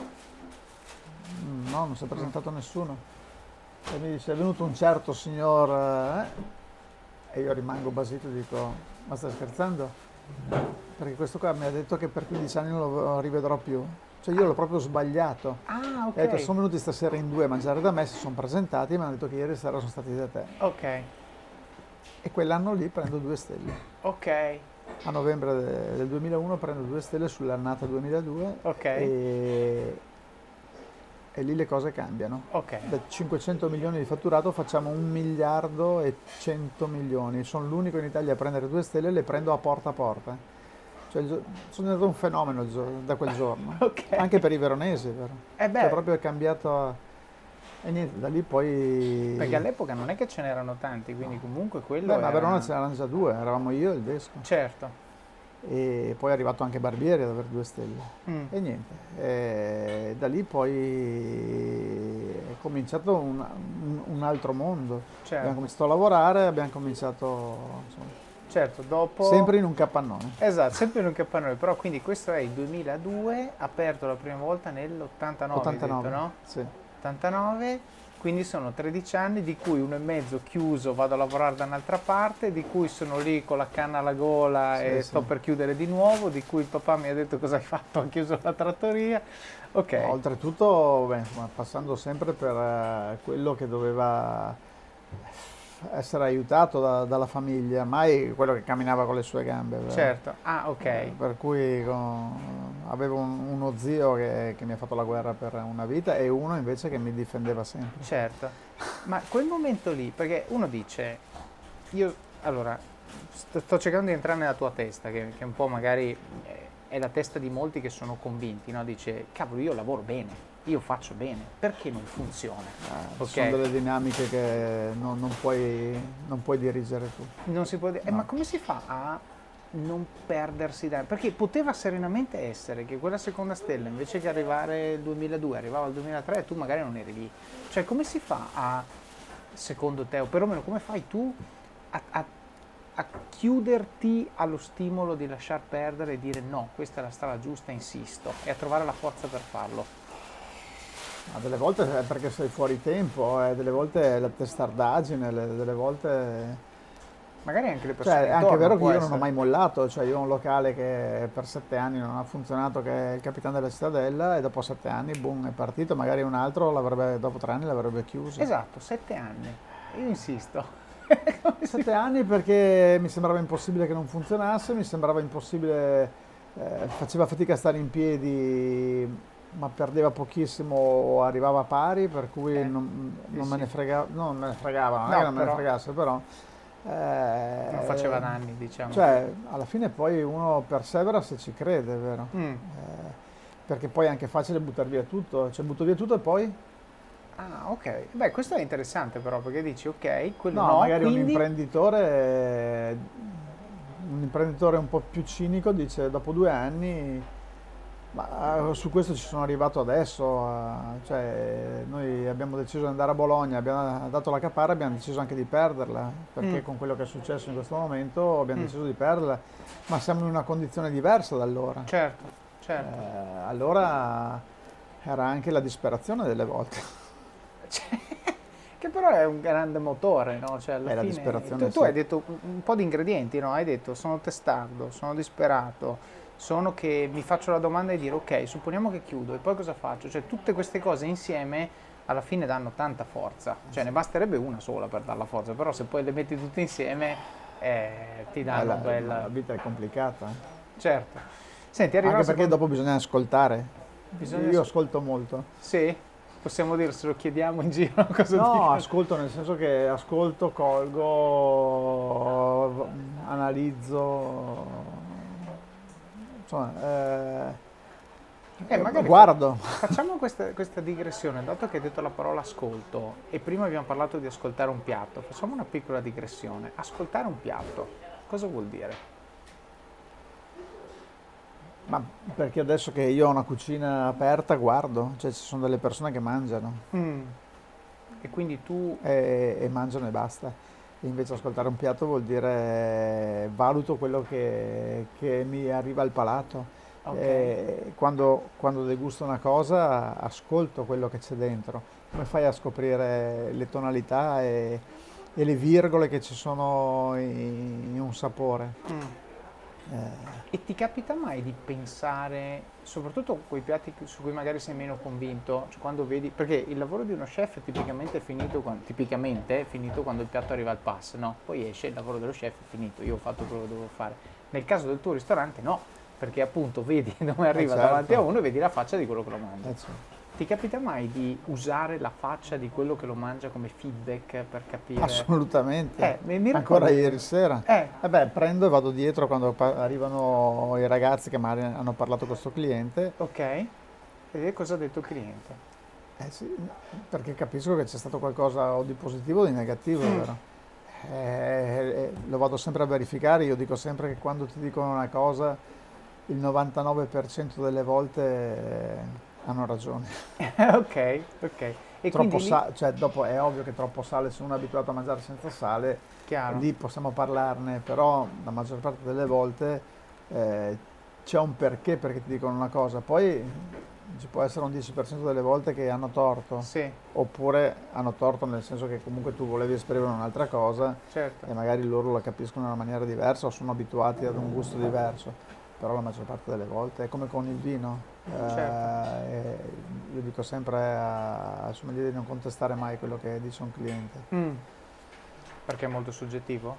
No, non si è presentato nessuno. E mi dice: è venuto un certo signor, e io rimango basito e dico: ma stai scherzando? Perché questo qua mi ha detto che per 15 anni non lo rivedrò più. Cioè io l'ho proprio sbagliato. Ah, ok. E ho detto: sono venuti stasera in 2 a mangiare da me, si sono presentati e mi hanno detto che ieri sera sono stati da te. Ok. E quell'anno lì prendo 2 stelle. Ok. A novembre del 2001 prendo 2 stelle sull'annata 2002. Ok. E lì le cose cambiano. Ok. Da 500 milioni di fatturato facciamo 1 miliardo e 100 milioni. Sono l'unico in Italia a prendere 2 stelle e le prendo a porta. Cioè, sono diventato un fenomeno da quel giorno. Okay. Anche per i veronesi, vero? Cioè, proprio è cambiato. E niente, da lì poi... Perché all'epoca non è che ce n'erano tanti, quindi comunque quello ma a Verona ce n'erano già 2, eravamo io e il Desco. Certo. E poi è arrivato anche Barbieri ad avere 2 stelle. E niente, da lì poi è cominciato un altro mondo. Certo. Abbiamo cominciato a lavorare, abbiamo cominciato... insomma, certo, dopo... sempre in un capannone. Esatto, sempre in un capannone, però quindi questo è il 2002, aperto la prima volta nell'89, 89, detto, no? Sì. 89, quindi sono 13 anni, di cui 1 e mezzo chiuso, vado a lavorare da un'altra parte, di cui sono lì con la canna alla gola e sto per chiudere di nuovo, di cui il papà mi ha detto: cosa hai fatto? Ha chiuso la trattoria. Ok. Oltretutto, passando sempre per quello che doveva essere aiutato dalla famiglia, mai quello che camminava con le sue gambe. Certo, ok. Per cui avevo uno zio che mi ha fatto la guerra per una vita e uno invece che mi difendeva sempre. Certo, ma quel momento lì, perché uno dice, allora, sto cercando di entrare nella tua testa, che un po' magari è la testa di molti che sono convinti, no? Dice, cavolo, io lavoro bene, io faccio bene, perché non funziona? Sono delle dinamiche che non puoi dirigere tu. Non si può dire, No. ma come si fa a non perdersi perché poteva serenamente essere che quella seconda stella, invece che arrivare il 2002, arrivava al 2003 e tu magari non eri lì. Cioè, come si fa secondo te, o perlomeno come fai tu a chiuderti allo stimolo di lasciar perdere e dire no, questa è la strada giusta, insisto, e a trovare la forza per farlo? Ma delle volte è perché sei fuori tempo, delle volte è la testardaggine, delle volte... Magari anche le persone Cioè, è anche intorno, vero che può io non ho essere. mai mollato, cioè io ho un locale che per 7 anni non ha funzionato, che è il Capitano della Cittadella, e dopo 7 anni, boom, è partito, magari un altro dopo 3 anni l'avrebbe chiuso. Esatto, 7 anni, io insisto. 7 anni perché mi sembrava impossibile che non funzionasse, mi sembrava impossibile, faceva fatica a stare in piedi, ma perdeva pochissimo o arrivava a pari, per cui non me ne fregava, non me ne fregava, non è che non me ne fregasse, però... non faceva danni, diciamo. Cioè, alla fine poi uno persevera se ci crede, vero? Perché poi è anche facile buttare via tutto, cioè butto via tutto e poi... Ah, ok. Beh, questo è interessante però, perché dici, ok, quello No, no, magari quindi... un imprenditore un po' più cinico dice dopo 2 anni, ma su questo ci sono arrivato adesso, cioè noi abbiamo deciso di andare a Bologna, abbiamo dato la caparra, abbiamo deciso anche di perderla, perché con quello che è successo in questo momento abbiamo deciso di perderla, ma siamo in una condizione diversa da allora. Certo, certo. Allora era anche la disperazione delle volte. Che però è un grande motore, no? Cioè, alla La fine, disperazione, tu sì. hai detto un po' di ingredienti, no? Hai detto sono testardo, sono disperato, sono che mi faccio la domanda e dire ok, supponiamo che chiudo e poi cosa faccio? Cioè tutte queste cose insieme alla fine danno tanta forza, cioè ne basterebbe una sola per dar la forza, però se poi le metti tutte insieme ti danno La bella... vita è complicata. Certo. Senti, arriva Anche la perché seconda... dopo bisogna ascoltare. Bisogna Io ascolto molto. Sì? Possiamo dire, se lo chiediamo in giro cosa No, dicono? ascolto nel senso che ascolto, colgo, analizzo, insomma, Magari guardo. facciamo questa digressione, dato che hai detto la parola ascolto e prima abbiamo parlato di ascoltare un piatto, facciamo una piccola digressione. Ascoltare un piatto, cosa vuol dire? Ma perché adesso che io ho una cucina aperta guardo, cioè ci sono delle persone che mangiano E quindi tu... e mangiano e basta. E invece ascoltare un piatto vuol dire valuto quello che mi arriva al palato. Ok. Quando degusto una cosa ascolto quello che c'è dentro. Come fai a scoprire le tonalità e le virgole che ci sono in un sapore? E ti capita mai di pensare, soprattutto quei piatti su cui magari sei meno convinto, cioè quando vedi, perché il lavoro di uno chef tipicamente è finito quando il piatto arriva al pass, no? Poi esce, il lavoro dello chef è finito, io ho fatto quello che dovevo fare. Nel caso del tuo ristorante no, perché appunto vedi dove arriva certo. davanti a uno e vedi la faccia di quello che lo mangia. Certo. Ti capita mai di usare la faccia di quello che lo mangia come feedback per capire? Assolutamente. mi ricordo- Ancora ieri sera. Eh. Prendo e vado dietro quando arrivano i ragazzi che magari hanno parlato con questo cliente. Ok, e cosa ha detto il cliente? Sì, perché capisco che c'è stato qualcosa o di positivo o di negativo, vero? Lo vado sempre a verificare, io dico sempre che quando ti dicono una cosa, il 99% delle volte hanno ragione. Ok. E Troppo quindi lì- cioè dopo è ovvio che troppo sale, se uno è abituato a mangiare senza sale, Chiaro. lì possiamo parlarne, però la maggior parte delle volte c'è un perché ti dicono una cosa, poi ci può essere un 10% delle volte che hanno torto, Sì, oppure hanno torto nel senso che comunque tu volevi esprimere un'altra cosa certo. e magari loro la capiscono in una maniera diversa o sono abituati ad un gusto diverso. Però la maggior parte delle volte è come con il vino. Io dico sempre al sommelier di non contestare mai quello che dice un cliente. Perché è molto soggettivo?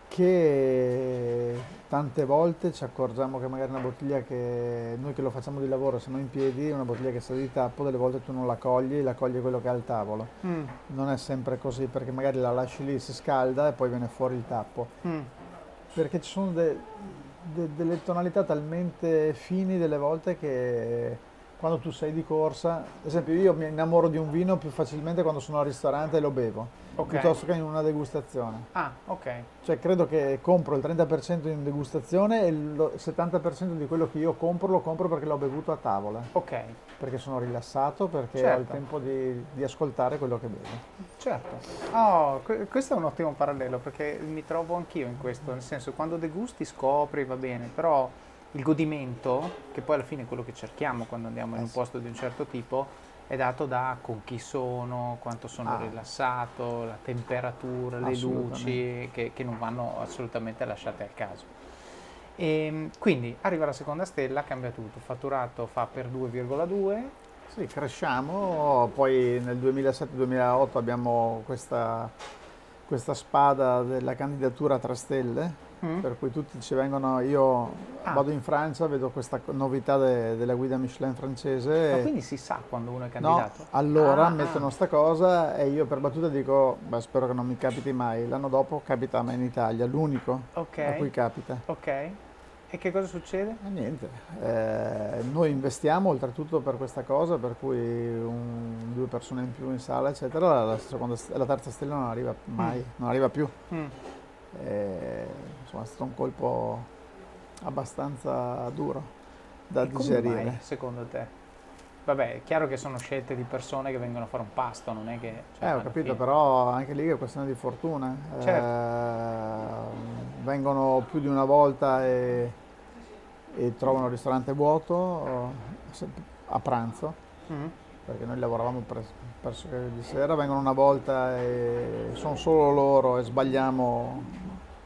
Perché tante volte ci accorgiamo che magari una bottiglia che noi che lo facciamo di lavoro siamo in piedi, una bottiglia che sta di tappo, delle volte tu non la cogli quello che ha al tavolo. Non è sempre così, perché magari la lasci lì, si scalda e poi viene fuori il tappo. Perché ci sono delle tonalità talmente fini delle volte che quando tu sei di corsa, ad esempio io mi innamoro di un vino più facilmente quando sono al ristorante e lo bevo, piuttosto che in una degustazione. Ah, ok. Cioè credo che compro il 30% in degustazione e il 70% di quello che io compro lo compro perché l'ho bevuto a tavola. Ok. Perché sono rilassato, perché Certo. ho il tempo di ascoltare quello che bevo. Certo. Oh, questo è un ottimo parallelo perché mi trovo anch'io in questo, nel senso quando degusti scopri, va bene, però il godimento, che poi alla fine è quello che cerchiamo quando andiamo in un posto di un certo tipo, è dato da con chi sono, quanto sono rilassato, la temperatura, le luci, che non vanno assolutamente lasciate al caso. E quindi arriva la seconda stella, cambia tutto, fatturato fa per 2,2. Sì, cresciamo, poi nel 2007-2008 abbiamo questa spada della candidatura a 3 stelle, per cui tutti ci vengono, io vado in Francia, vedo questa novità della guida Michelin francese. Ma quindi si sa quando uno è candidato? No, allora mettono sta cosa e io per battuta dico, beh, spero che non mi capiti mai, l'anno dopo capita a me in Italia, l'unico a cui capita. Ok. E che cosa succede? Niente, noi investiamo oltretutto per questa cosa, per cui 2 persone in più in sala, eccetera, la terza stella non arriva mai, non arriva più. Insomma, è stato un colpo abbastanza duro da digerire. Come mai, secondo te? Vabbè, è chiaro che sono scelte di persone che vengono a fare un pasto, non è che... Ho capito, però anche lì è questione di fortuna. Certo. Vengono più di una volta e trovano il ristorante vuoto a pranzo, perché noi lavoravamo presso di sera, vengono una volta e sono solo loro e sbagliamo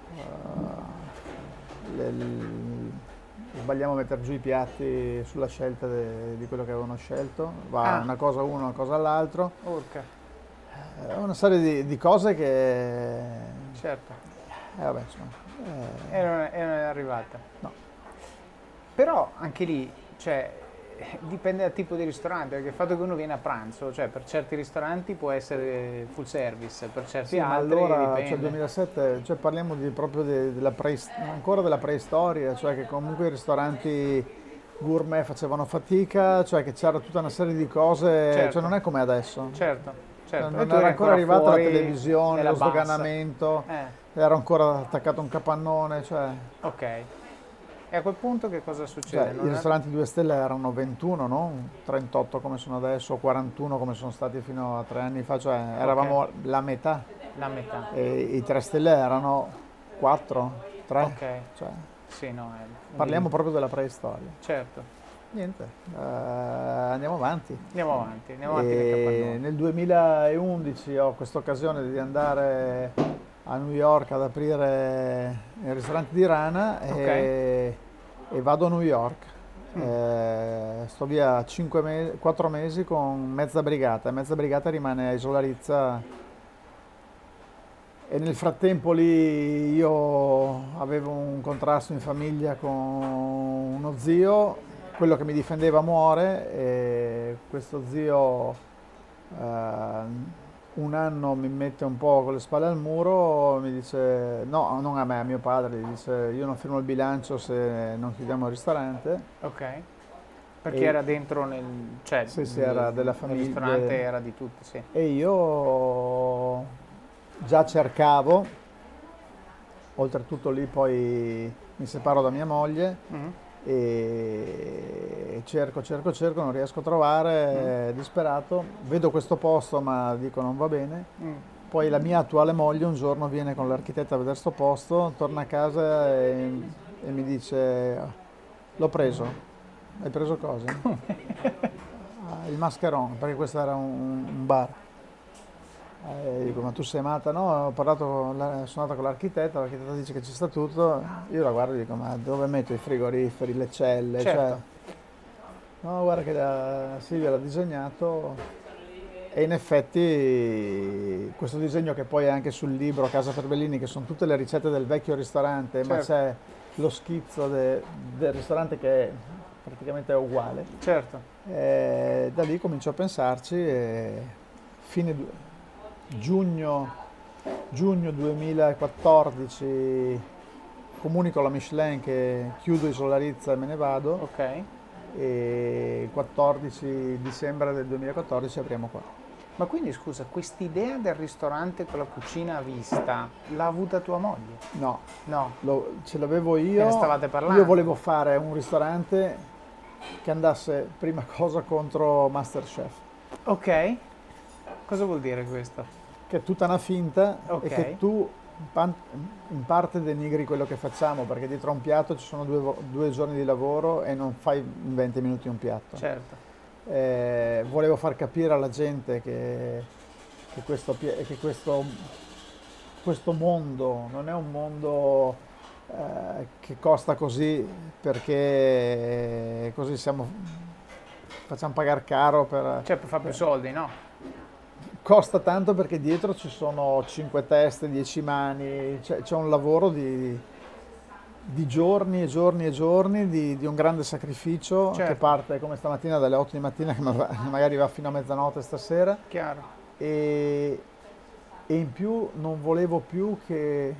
sbagliamo a mettere giù i piatti sulla scelta di quello che avevano scelto, va una cosa uno, una cosa all'altro. Urca. Una serie di cose che... Certo. Vabbè, insomma... E non è arrivata. No. Però anche lì, cioè, dipende dal tipo di ristorante, perché il fatto che uno viene a pranzo, cioè per certi ristoranti può essere full service, per certi altri allora, dipende. cioè 2007, cioè parliamo proprio ancora della preistoria, cioè che comunque i ristoranti gourmet facevano fatica, cioè che c'era tutta una serie di cose, Certo. cioè non è come adesso. Certo. Non era ancora arrivata la televisione, lo sdoganamento, era ancora attaccato un capannone, cioè... Ok. E a quel punto che cosa succede? I ristoranti 2 stelle erano 21, non 38 come sono adesso, 41 come sono stati fino a 3 anni fa, cioè eravamo la metà. La metà. E i 3 stelle erano 4, 3. Ok. Cioè, sì, no, parliamo proprio della preistoria. Certo. Niente, andiamo avanti. Andiamo avanti nel 2011 ho questa occasione di andare a New York ad aprire il ristorante di Rana e vado a New York. Sto via 4 mesi con mezza brigata rimane a Isola Rizza e nel frattempo lì io avevo un contrasto in famiglia con uno zio, quello che mi difendeva muore e questo zio un anno mi mette un po' con le spalle al muro, mi dice, no, non a me, a mio padre, gli dice io non firmo il bilancio se non chiudiamo il ristorante. Ok. Perché era dentro cioè, sì, era della famiglia. Il ristorante era di tutti, sì. E io già cercavo, oltretutto lì poi mi separo da mia moglie e cerco, non riesco a trovare, disperato, vedo questo posto ma dico non va bene, poi la mia attuale moglie un giorno viene con l'architetto a vedere sto posto, torna a casa e mi dice l'ho preso. Hai preso cosa? Il Mascaron, perché questo era un bar. Dico, ma tu sei matta? No, sono andato con l'architetto dice che ci sta tutto. Io la guardo e dico, ma dove metto i frigoriferi, le celle? Certo. Cioè, no, guarda che Silvia l'ha disegnato. E in effetti questo disegno, che poi è anche sul libro Casa per Bellini, che sono tutte le ricette del vecchio ristorante, ma Certo. c'è lo schizzo del ristorante che è praticamente uguale. Certo. Da lì comincio a pensarci e giugno 2014 comunico alla Michelin che chiudo Isola Rizza e me ne vado, Ok. e il 14 dicembre del 2014 apriamo qua. Ma quindi scusa, quest'idea del ristorante con la cucina a vista l'ha avuta tua moglie? No, No. ce l'avevo io. Ne stavate parlando? Io volevo fare un ristorante che andasse prima cosa contro MasterChef, Ok. Cosa vuol dire questo? che è tutta una finta Ok. e che tu in parte denigri quello che facciamo, perché dietro a un piatto ci sono due giorni di lavoro e non fai in 20 minuti un piatto. Certo. Volevo far capire alla gente che questo mondo non è un mondo che costa così perché così facciamo pagare caro Cioè per fare più soldi, no? costa tanto perché dietro ci sono 5 teste, 10 mani, c'è un lavoro di giorni e giorni e giorni, di un grande sacrificio, Certo. che parte come stamattina dalle 8 di mattina, che magari va fino a mezzanotte stasera, Chiaro. e in più non volevo più che...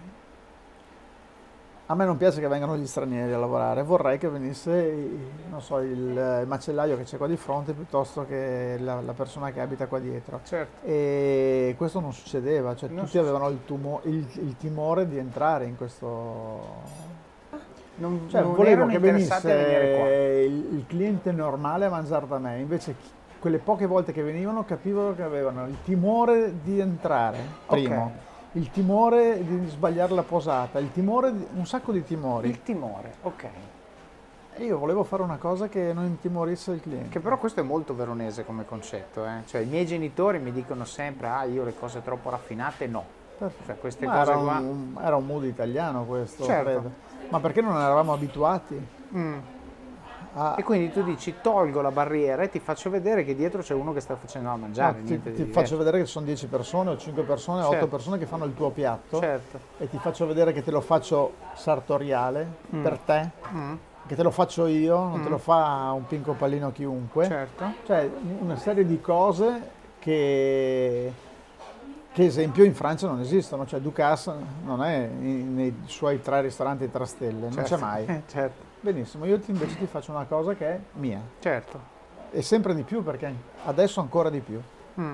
A me non piace che vengano gli stranieri a lavorare, vorrei che venisse, non so, il macellaio che c'è qua di fronte piuttosto che la persona che abita qua dietro. Certo. E questo non succedeva, cioè Non tutti avevano il timore di entrare in questo... Non, Cioè, non volevo erano che interessati a venire qua. venisse il cliente normale a mangiare da me, invece quelle poche volte che venivano capivano che avevano il timore di entrare, primo, Ok. il timore di sbagliare la posata, un sacco di timori. Il timore, ok. E io volevo fare una cosa che non intimorisse il cliente. Che però questo è molto veronese come concetto, eh? Cioè i miei genitori mi dicono sempre, io le cose troppo raffinate no. Cioè queste Ma cose era qua... era un mood italiano questo, Certo. credo. Ma perché non eravamo abituati Mm. a... E quindi tu dici tolgo la barriera e ti faccio vedere che dietro c'è uno che sta facendo da mangiare, No, niente di ti diverso. faccio vedere che sono 10 persone o 5 persone o 8 Certo. persone che fanno il tuo piatto, Certo. e ti faccio vedere che te lo faccio sartoriale per te, Mm. che te lo faccio io, non te lo fa un pinco pallino chiunque. Certo. Cioè una serie di cose che esempio in Francia non esistono, cioè Ducasse non è nei suoi 3 ristoranti 3 stelle, non c'è mai. Certo. Benissimo, io invece ti faccio una cosa che è mia, Certo. e sempre di più, perché adesso ancora di più. Mm.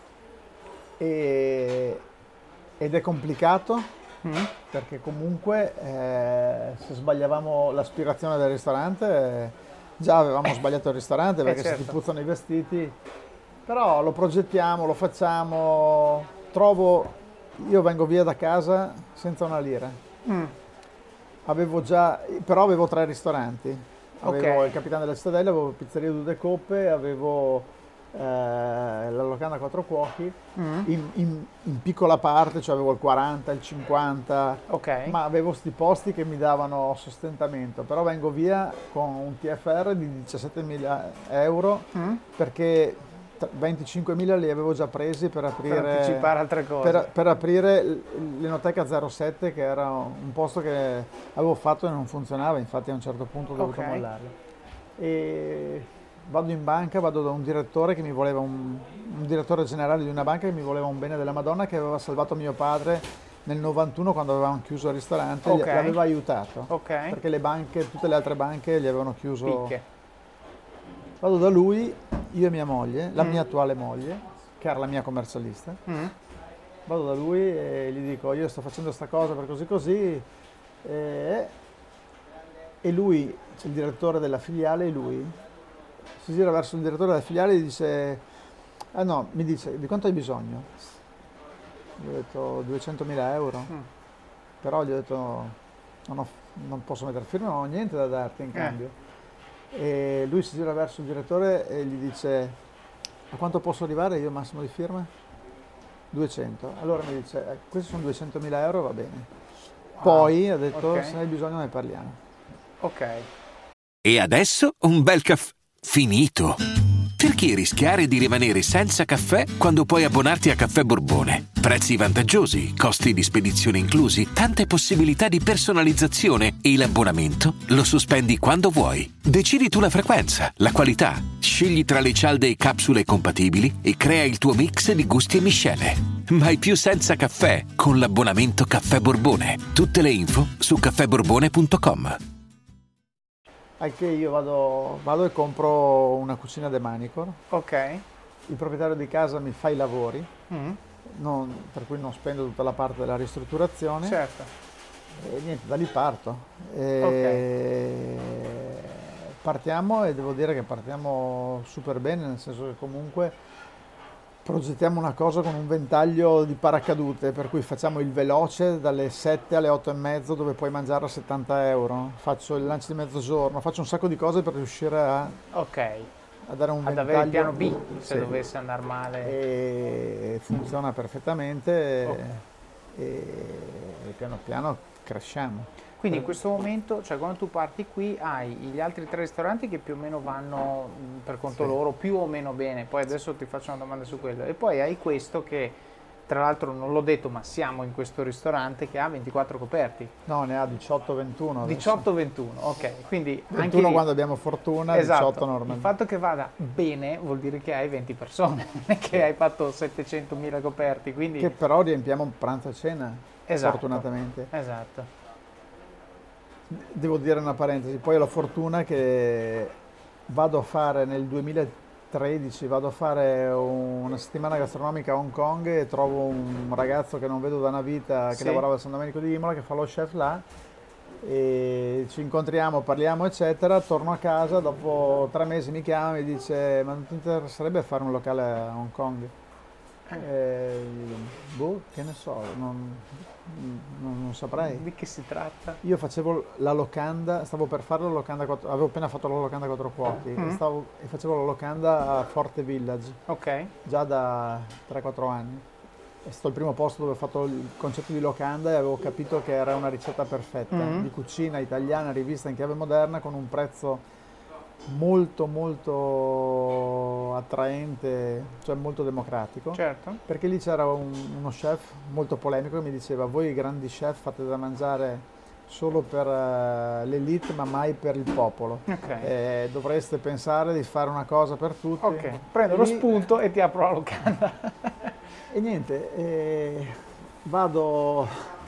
Ed è complicato Mm. perché comunque se sbagliavamo l'aspirazione del ristorante, già avevamo sbagliato il ristorante, perché se ti certo. puzzano i vestiti, però lo progettiamo, lo facciamo, io vengo via da casa senza una lira. Mm. Però avevo 3 ristoranti, avevo Ok. il Capitano della Cittadella, avevo Pizzeria Due Coppe, avevo la Locanda Quattro Cuochi, Mm. in piccola parte, cioè avevo il 40, il 50, Ok. ma avevo sti posti che mi davano sostentamento, però vengo via con un TFR di 17.000 euro Mm. perché 25.000 li avevo già presi per aprire, Per anticipare altre cose. per aprire l'Enoteca 07, che era un posto che avevo fatto e non funzionava, infatti a un certo punto ho dovuto Ok. mollarlo. E vado in banca, vado da un direttore che mi voleva un direttore generale di una banca che mi voleva un bene della Madonna, che aveva salvato mio padre nel 91 quando avevamo chiuso il ristorante, Ok. l'aveva aiutato, Ok. perché le banche, tutte le altre banche gli avevano chiuso. Picche. Vado da lui, io e mia moglie, la mia attuale moglie, che era la mia commercialista. Mm. Vado da lui e gli dico: io sto facendo sta cosa per così così, e lui, c'è il direttore della filiale, e lui si gira verso il direttore della filiale e gli dice: ah no, mi dice, di quanto hai bisogno? Gli ho detto 200.000 euro, però gli ho detto non posso mettere firma, non ho niente da darti in cambio. E lui si gira verso il direttore e gli dice: a quanto posso arrivare io massimo di firma? 200. Allora mi dice: questi sono 200.000 euro, va bene. Poi ha detto: ok. se hai bisogno ne parliamo. Ok. E adesso un bel caffè finito. Perché rischiare di rimanere senza caffè quando puoi abbonarti a Caffè Borbone? Prezzi vantaggiosi, costi di spedizione inclusi, tante possibilità di personalizzazione e l'abbonamento lo sospendi quando vuoi. Decidi tu la frequenza, la qualità, scegli tra le cialde e capsule compatibili e crea il tuo mix di gusti e miscele. Mai più senza caffè con l'abbonamento Caffè Borbone. Tutte le info su caffèborbone.com. Anche io vado e compro una cucina De Manicor. Ok. Il proprietario di casa mi fa i lavori, Mm. per cui non spendo tutta la parte della ristrutturazione. Certo. E niente, da lì parto. Partiamo e devo dire che partiamo super bene, nel senso che comunque progettiamo una cosa con un ventaglio di paracadute, per cui facciamo il veloce dalle 7 alle 8 e mezzo dove puoi mangiare a 70 euro, faccio il lunch di mezzogiorno, faccio un sacco di cose per riuscire a dare un Ad ventaglio. avere il piano B se Sì. dovesse andare male. E funziona perfettamente e piano piano cresciamo. Quindi in questo momento, cioè quando tu parti qui, hai gli altri 3 ristoranti che più o meno vanno per conto Sì. loro, più o meno bene, poi adesso ti faccio una domanda su quello. E poi hai questo che, tra l'altro non l'ho detto, ma siamo in questo ristorante che ha 24 coperti. No, ne ha 18-21 adesso. 18-21, ok. Quindi 21 anche quando abbiamo fortuna, esatto, 18 il normalmente. fatto che vada bene vuol dire che hai 20 persone, non è che hai fatto 700.000 coperti, quindi... Che però riempiamo pranzo e cena, Esatto. fortunatamente. Esatto. Devo dire una parentesi, poi ho la fortuna che vado a fare nel 2013, vado a fare una settimana gastronomica a Hong Kong e trovo un ragazzo che non vedo da una vita, che Sì. lavorava a San Domenico di Imola, che fa lo chef là, e ci incontriamo, parliamo eccetera, torno a casa, dopo 3 mesi mi chiama e mi dice: ma non ti interesserebbe fare un locale a Hong Kong? Boh, che ne so, non saprei. Di che si tratta? Io facevo la locanda, stavo per fare la locanda, avevo appena fatto la locanda Quattro Cuochi e facevo la locanda a Forte Village Ok. già da 3-4 anni. È stato il primo posto dove ho fatto il concetto di locanda e avevo capito che era una ricetta perfetta di cucina italiana rivista in chiave moderna con un prezzo molto molto attraente, cioè molto democratico. Certo. Perché lì c'era uno chef molto polemico che mi diceva: voi grandi chef fate da mangiare solo per l'elite ma mai per il popolo. Ok. Dovreste pensare di fare una cosa per tutti. Ok, prendo lo spunto e ti apro la locanda. E niente, vado,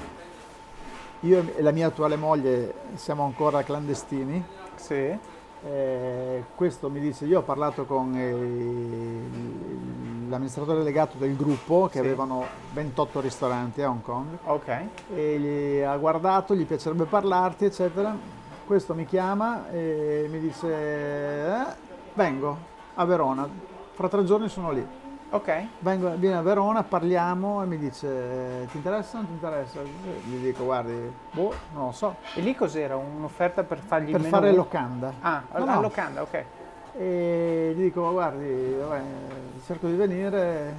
io e la mia attuale moglie siamo ancora clandestini. Sì. Questo mi dice: io ho parlato con l'amministratore delegato del gruppo che Sì. avevano 28 ristoranti a Hong Kong Ok. e ha guardato, gli piacerebbe parlarti eccetera. Questo mi chiama e mi dice: vengo a Verona, fra 3 giorni sono lì. Ok. Viene a Verona, parliamo e mi dice: ti interessa o non ti interessa? Gli dico: guardi, boh, non lo so. E lì cos'era? Un'offerta per fargli il Per menù? fare locanda. Ah, No, la no. locanda, ok. E gli dico: guardi, vabbè, cerco di venire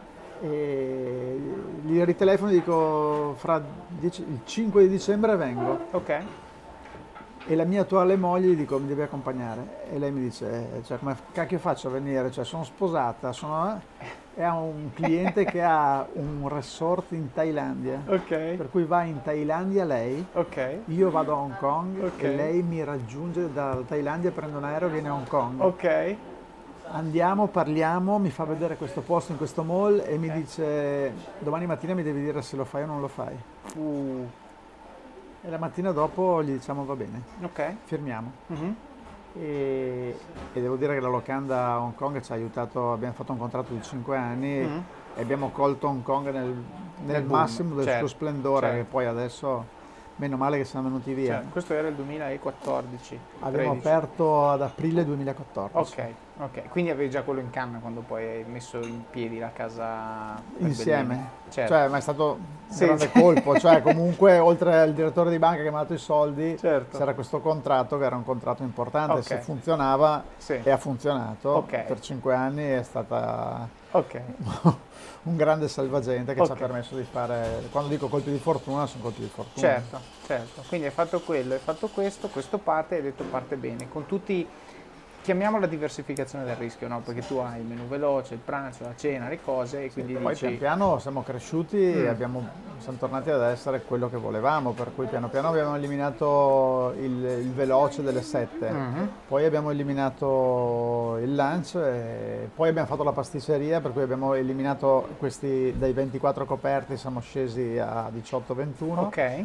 e gli ritelefono e dico: il 5 di dicembre vengo. Ok. E la mia attuale moglie gli dico: mi devi accompagnare. E lei mi dice: cioè, come cacchio faccio a venire? Cioè, sono sposata, e ha un cliente che ha un resort in Thailandia. Ok. Per cui va in Thailandia lei, Ok. io vado a Hong Kong Ok. e lei mi raggiunge da Thailandia, prende un aereo e viene a Hong Kong. Ok. Andiamo, parliamo, mi fa vedere questo posto in questo mall e mi dice: domani mattina mi devi dire se lo fai o non lo fai. E la mattina dopo gli diciamo: va bene, Ok. firmiamo. Mhm. E devo dire che la locanda a Hong Kong ci ha aiutato, abbiamo fatto un contratto di 5 anni e abbiamo colto Hong Kong nel boom, massimo del certo, suo splendore, certo. che poi adesso, meno male che siamo venuti via. Cioè, questo era il 2014. Abbiamo 13. aperto ad aprile 2014. Ok, ok. Quindi avevi già quello in canna quando poi hai messo in piedi la casa Insieme, Bellini. Certo. cioè, ma è stato un Sì, grande sì. colpo, cioè comunque oltre al direttore di banca che mi ha dato i soldi, Certo. c'era questo contratto che era un contratto importante, Ok. se funzionava Sì. e ha funzionato, Ok. per 5 anni è stata Ok. un grande salvagente che ci ha Ok. permesso di fare, quando dico colpi di fortuna, sono colpi di fortuna. Certo, certo. Quindi hai fatto quello, hai fatto questo parte, hai detto parte bene. Con tutti chiamiamola diversificazione del rischio, no? Perché tu hai il menù veloce, il pranzo, la cena, le cose e quindi poi dici... pian piano siamo cresciuti e siamo tornati ad essere quello che volevamo, per cui piano piano abbiamo eliminato il veloce delle 7, poi abbiamo eliminato il lunch e poi abbiamo fatto la pasticceria, per cui abbiamo eliminato questi dai 24 coperti, siamo scesi a 18-21. Ok.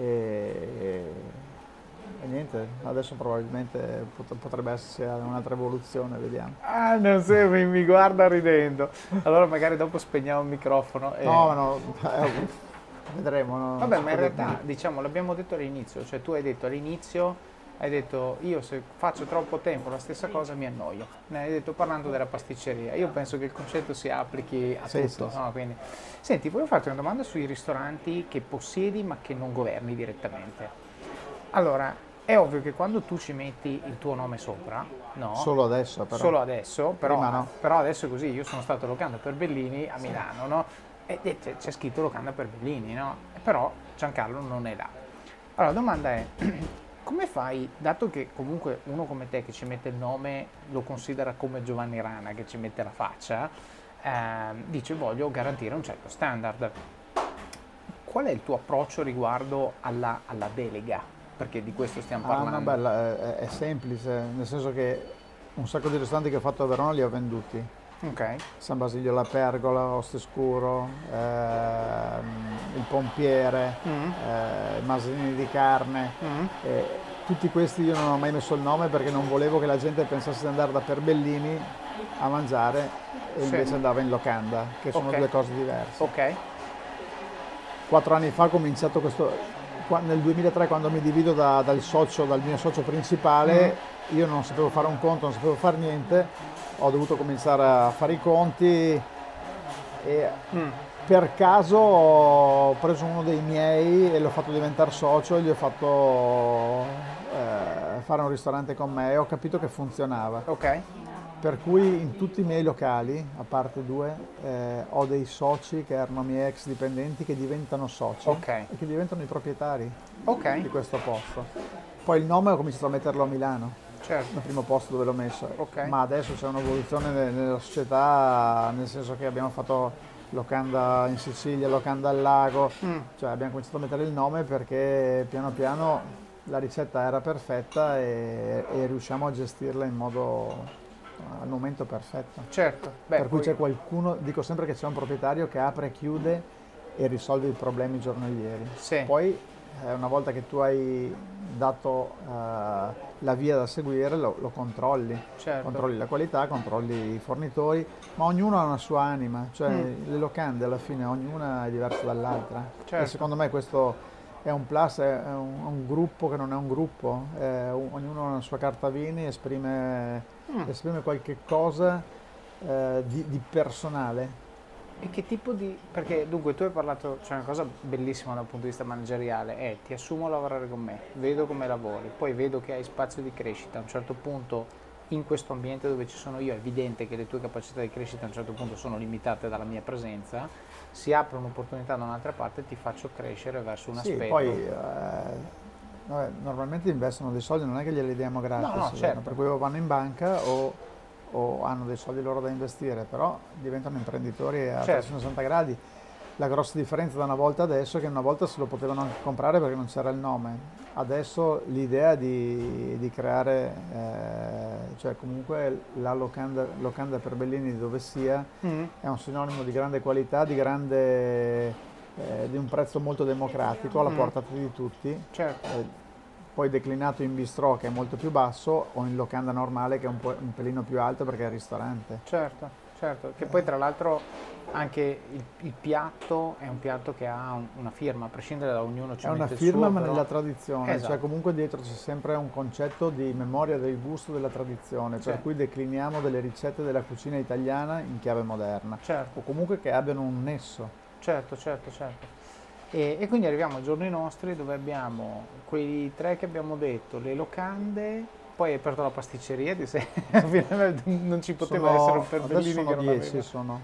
E niente, adesso probabilmente potrebbe esserci un'altra evoluzione, vediamo. Ah, non so, mi guarda ridendo. Allora magari dopo spegniamo il microfono. No, vedremo. No, vabbè, ma in realtà, diciamo, l'abbiamo detto all'inizio, cioè tu hai detto all'inizio, hai detto io se faccio troppo tempo la stessa cosa mi annoio. Ne hai detto parlando della pasticceria. Io penso che il concetto si applichi a tutto. No? Quindi, senti, volevo farti una domanda sui ristoranti che possiedi ma che non governi direttamente. Allora, è ovvio che quando tu ci metti il tuo nome sopra, no? Solo adesso, però. Solo adesso, però, no. però adesso è così. Io sono stato locanda per Bellini a Milano, no? E c'è scritto locanda per Bellini, no? Però Giancarlo non è là. Allora, la domanda è, come fai, dato che comunque uno come te che ci mette il nome lo considera come Giovanni Rana, che ci mette la faccia, dice voglio garantire un certo standard. Qual è il tuo approccio riguardo alla delega? Perché di questo stiamo parlando. È semplice, nel senso che un sacco di ristoranti che ho fatto a Verona li ho venduti. Ok. San Basilio La Pergola, Ostescuro, il Pompiere, i Maserini di Carne. Tutti questi io non ho mai messo il nome perché non volevo che la gente pensasse di andare da Perbellini a mangiare e invece andava in locanda, che sono due cose diverse. Ok. 4 anni fa ho cominciato questo. Nel 2003, quando mi divido dal mio socio principale, io non sapevo fare un conto, non sapevo fare niente, ho dovuto cominciare a fare i conti e per caso ho preso uno dei miei e l'ho fatto diventare socio e gli ho fatto fare un ristorante con me e ho capito che funzionava. Ok. Per cui in tutti i miei locali, a parte 2, ho dei soci che erano miei ex dipendenti che diventano soci e che diventano i proprietari di questo posto. Poi il nome ho cominciato a metterlo a Milano, il primo posto dove l'ho messo, ma adesso c'è un'evoluzione nella società, nel senso che abbiamo fatto locanda in Sicilia, locanda al lago, cioè abbiamo cominciato a mettere il nome perché piano piano la ricetta era perfetta e riusciamo a gestirla in modo... al momento perfetto. Certo. Per cui c'è qualcuno, dico sempre che c'è un proprietario che apre e chiude e risolve i problemi giornalieri. Poi una volta che tu hai dato la via da seguire lo controlli, controlli la qualità, controlli i fornitori, ma ognuno ha una sua anima, cioè le locande alla fine ognuna è diversa dall'altra. E secondo me questo è un plus, è un gruppo che non è un gruppo, ognuno ha una sua carta vini, esprime qualche cosa di personale. E che tipo di... perché dunque tu hai parlato, c'è una cosa bellissima dal punto di vista manageriale, ti assumo a lavorare con me, vedo come lavori, poi vedo che hai spazio di crescita, a un certo punto in questo ambiente dove ci sono io è evidente che le tue capacità di crescita a un certo punto sono limitate dalla mia presenza, si apre un'opportunità da un'altra parte e ti faccio crescere verso un aspetto. Poi normalmente investono dei soldi, non è che glieli diamo gratis, per cui vanno in banca o hanno dei soldi loro da investire, però diventano imprenditori a 360 gradi. La grossa differenza da una volta adesso è che una volta se lo potevano anche comprare perché non c'era il nome. Adesso l'idea di creare, cioè comunque la locanda per Bellini dove sia, è un sinonimo di grande qualità, di un prezzo molto democratico, alla portata di tutti. Poi declinato in bistrò che è molto più basso o in locanda normale che è un pelino più alto perché è il ristorante. Certo, che poi tra l'altro anche il piatto è un piatto che ha una firma, a prescindere da ognuno ci mette il suo. È una firma ma nella tradizione, cioè comunque dietro c'è sempre un concetto di memoria del gusto della tradizione, per cui decliniamo delle ricette della cucina italiana in chiave moderna, o comunque che abbiano un nesso. Certo. E quindi arriviamo ai giorni nostri dove abbiamo quei 3 che abbiamo detto, le locande, poi hai aperto la pasticceria, non ci poteva essere un Perbellini che non 10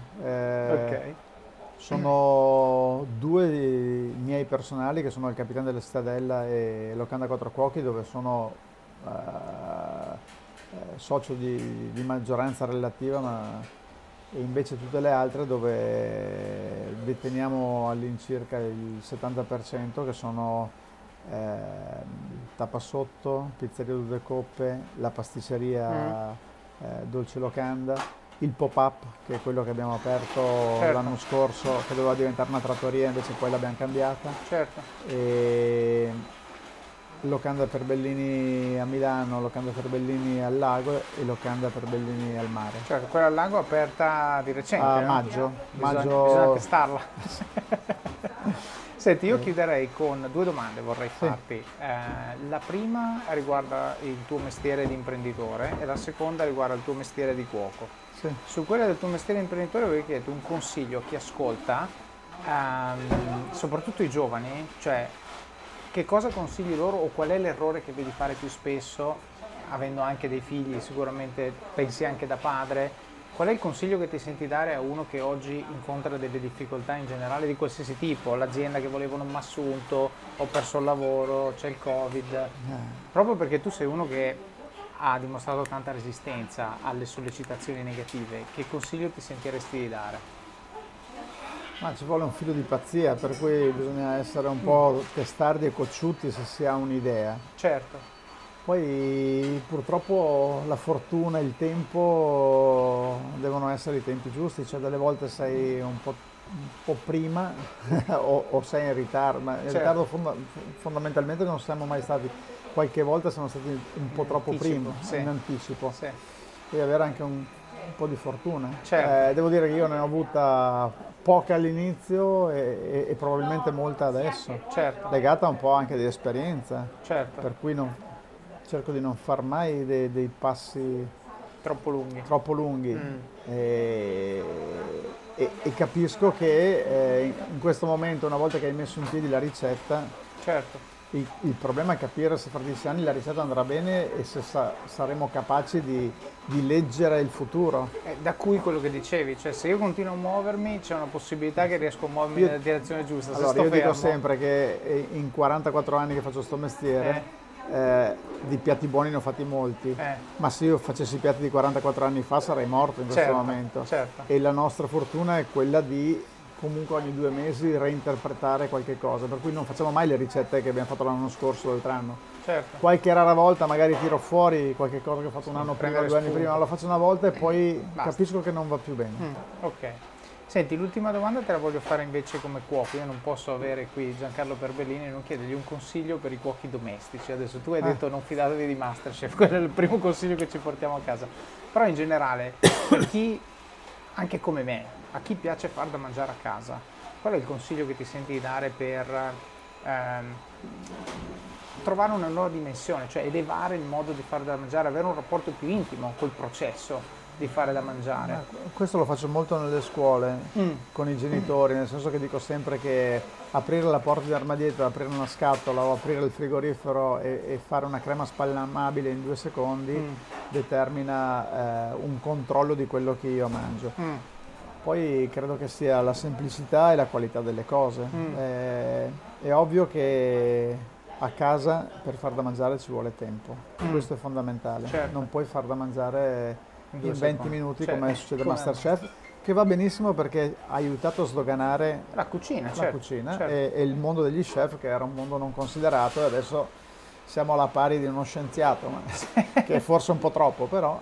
sono 2 miei personali che sono il Capitano della Stadella e Locanda Quattro Cuochi, dove sono socio di maggioranza relativa, e invece tutte le altre dove deteniamo all'incirca il 70%, che sono Tappasotto, Pizzeria Due Coppe, la pasticceria Dolce Locanda, il pop-up, che è quello che abbiamo aperto l'anno scorso, che doveva diventare una trattoria, invece poi l'abbiamo cambiata. E Locanda Perbellini a Milano, Locanda Perbellini al lago e Locanda Perbellini al mare. Certo, quella al lago è aperta di recente, a no? maggio. Bisogna testarla. Senti, io chiuderei con 2 domande, vorrei farti. La prima riguarda il tuo mestiere di imprenditore e la seconda riguarda il tuo mestiere di cuoco. Sì. Su quella del tuo mestiere di imprenditore vorrei chiederti un consiglio a chi ascolta, soprattutto i giovani, cioè che cosa consigli loro o qual è l'errore che vedi fare più spesso, avendo anche dei figli, sicuramente pensi anche da padre. Qual è il consiglio che ti senti dare a uno che oggi incontra delle difficoltà in generale di qualsiasi tipo? L'azienda che voleva non mi ha assunto, ho perso il lavoro, c'è il Covid. Proprio perché tu sei uno che ha dimostrato tanta resistenza alle sollecitazioni negative, che consiglio ti sentiresti di dare? Ma ci vuole un filo di pazzia, per cui bisogna essere un po' testardi e cocciuti se si ha un'idea. Certo. Poi purtroppo la fortuna e il tempo devono essere i tempi giusti, cioè delle volte sei un po' prima o sei in ritardo, ma in ritardo fondamentalmente non siamo mai stati, qualche volta siamo stati un po' troppo prima, in anticipo. Sì. Devi avere anche un po' di fortuna. Certo. Devo dire che io ne ho avuta poca all'inizio e probabilmente molta adesso, legata un po' anche di esperienza, per cui cerco di non far mai dei passi troppo lunghi. E capisco che in questo momento, una volta che hai messo in piedi la ricetta, il problema è capire se fra 10 anni la ricetta andrà bene e se saremo capaci di leggere il futuro. Da cui quello che dicevi, cioè se io continuo a muovermi c'è una possibilità che riesco a muovermi nella direzione giusta. Allora io dico sempre che in 44 anni che faccio sto mestiere di piatti buoni ne ho fatti molti, ma se io facessi i piatti di 44 anni fa sarei morto in questo momento. E la nostra fortuna è quella di comunque ogni 2 mesi reinterpretare qualche cosa, per cui non facciamo mai le ricette che abbiamo fatto l'anno scorso o l'altro anno. Qualche rara volta magari tiro fuori qualche cosa che ho fatto un anno prima, 2 anni prima, lo faccio una volta e poi capisco che non va più bene. Ok. Senti, l'ultima domanda te la voglio fare invece come cuoco. Io non posso avere qui Giancarlo Perbellini e non chiedergli un consiglio per i cuochi domestici. Adesso tu hai detto non fidatevi di Masterchef, quello è il primo consiglio che ci portiamo a casa. Però in generale, per chi, anche come me, a chi piace far da mangiare a casa, qual è il consiglio che ti senti di dare per trovare una nuova dimensione, cioè elevare il modo di fare da mangiare, avere un rapporto più intimo col processo di fare da mangiare? Questo lo faccio molto nelle scuole con i genitori, nel senso che dico sempre che aprire la porta di armadietto, aprire una scatola o aprire il frigorifero e fare una crema spalmabile in 2 secondi determina un controllo di quello che io mangio. Poi credo che sia la semplicità e la qualità delle cose. È ovvio che a casa per far da mangiare ci vuole tempo, questo è fondamentale. Non puoi far da mangiare in 20 minuti come succede a Masterchef, che va benissimo perché ha aiutato a sdoganare la cucina, e il mondo degli chef, che era un mondo non considerato, e adesso siamo alla pari di uno scienziato, che è forse un po' troppo, però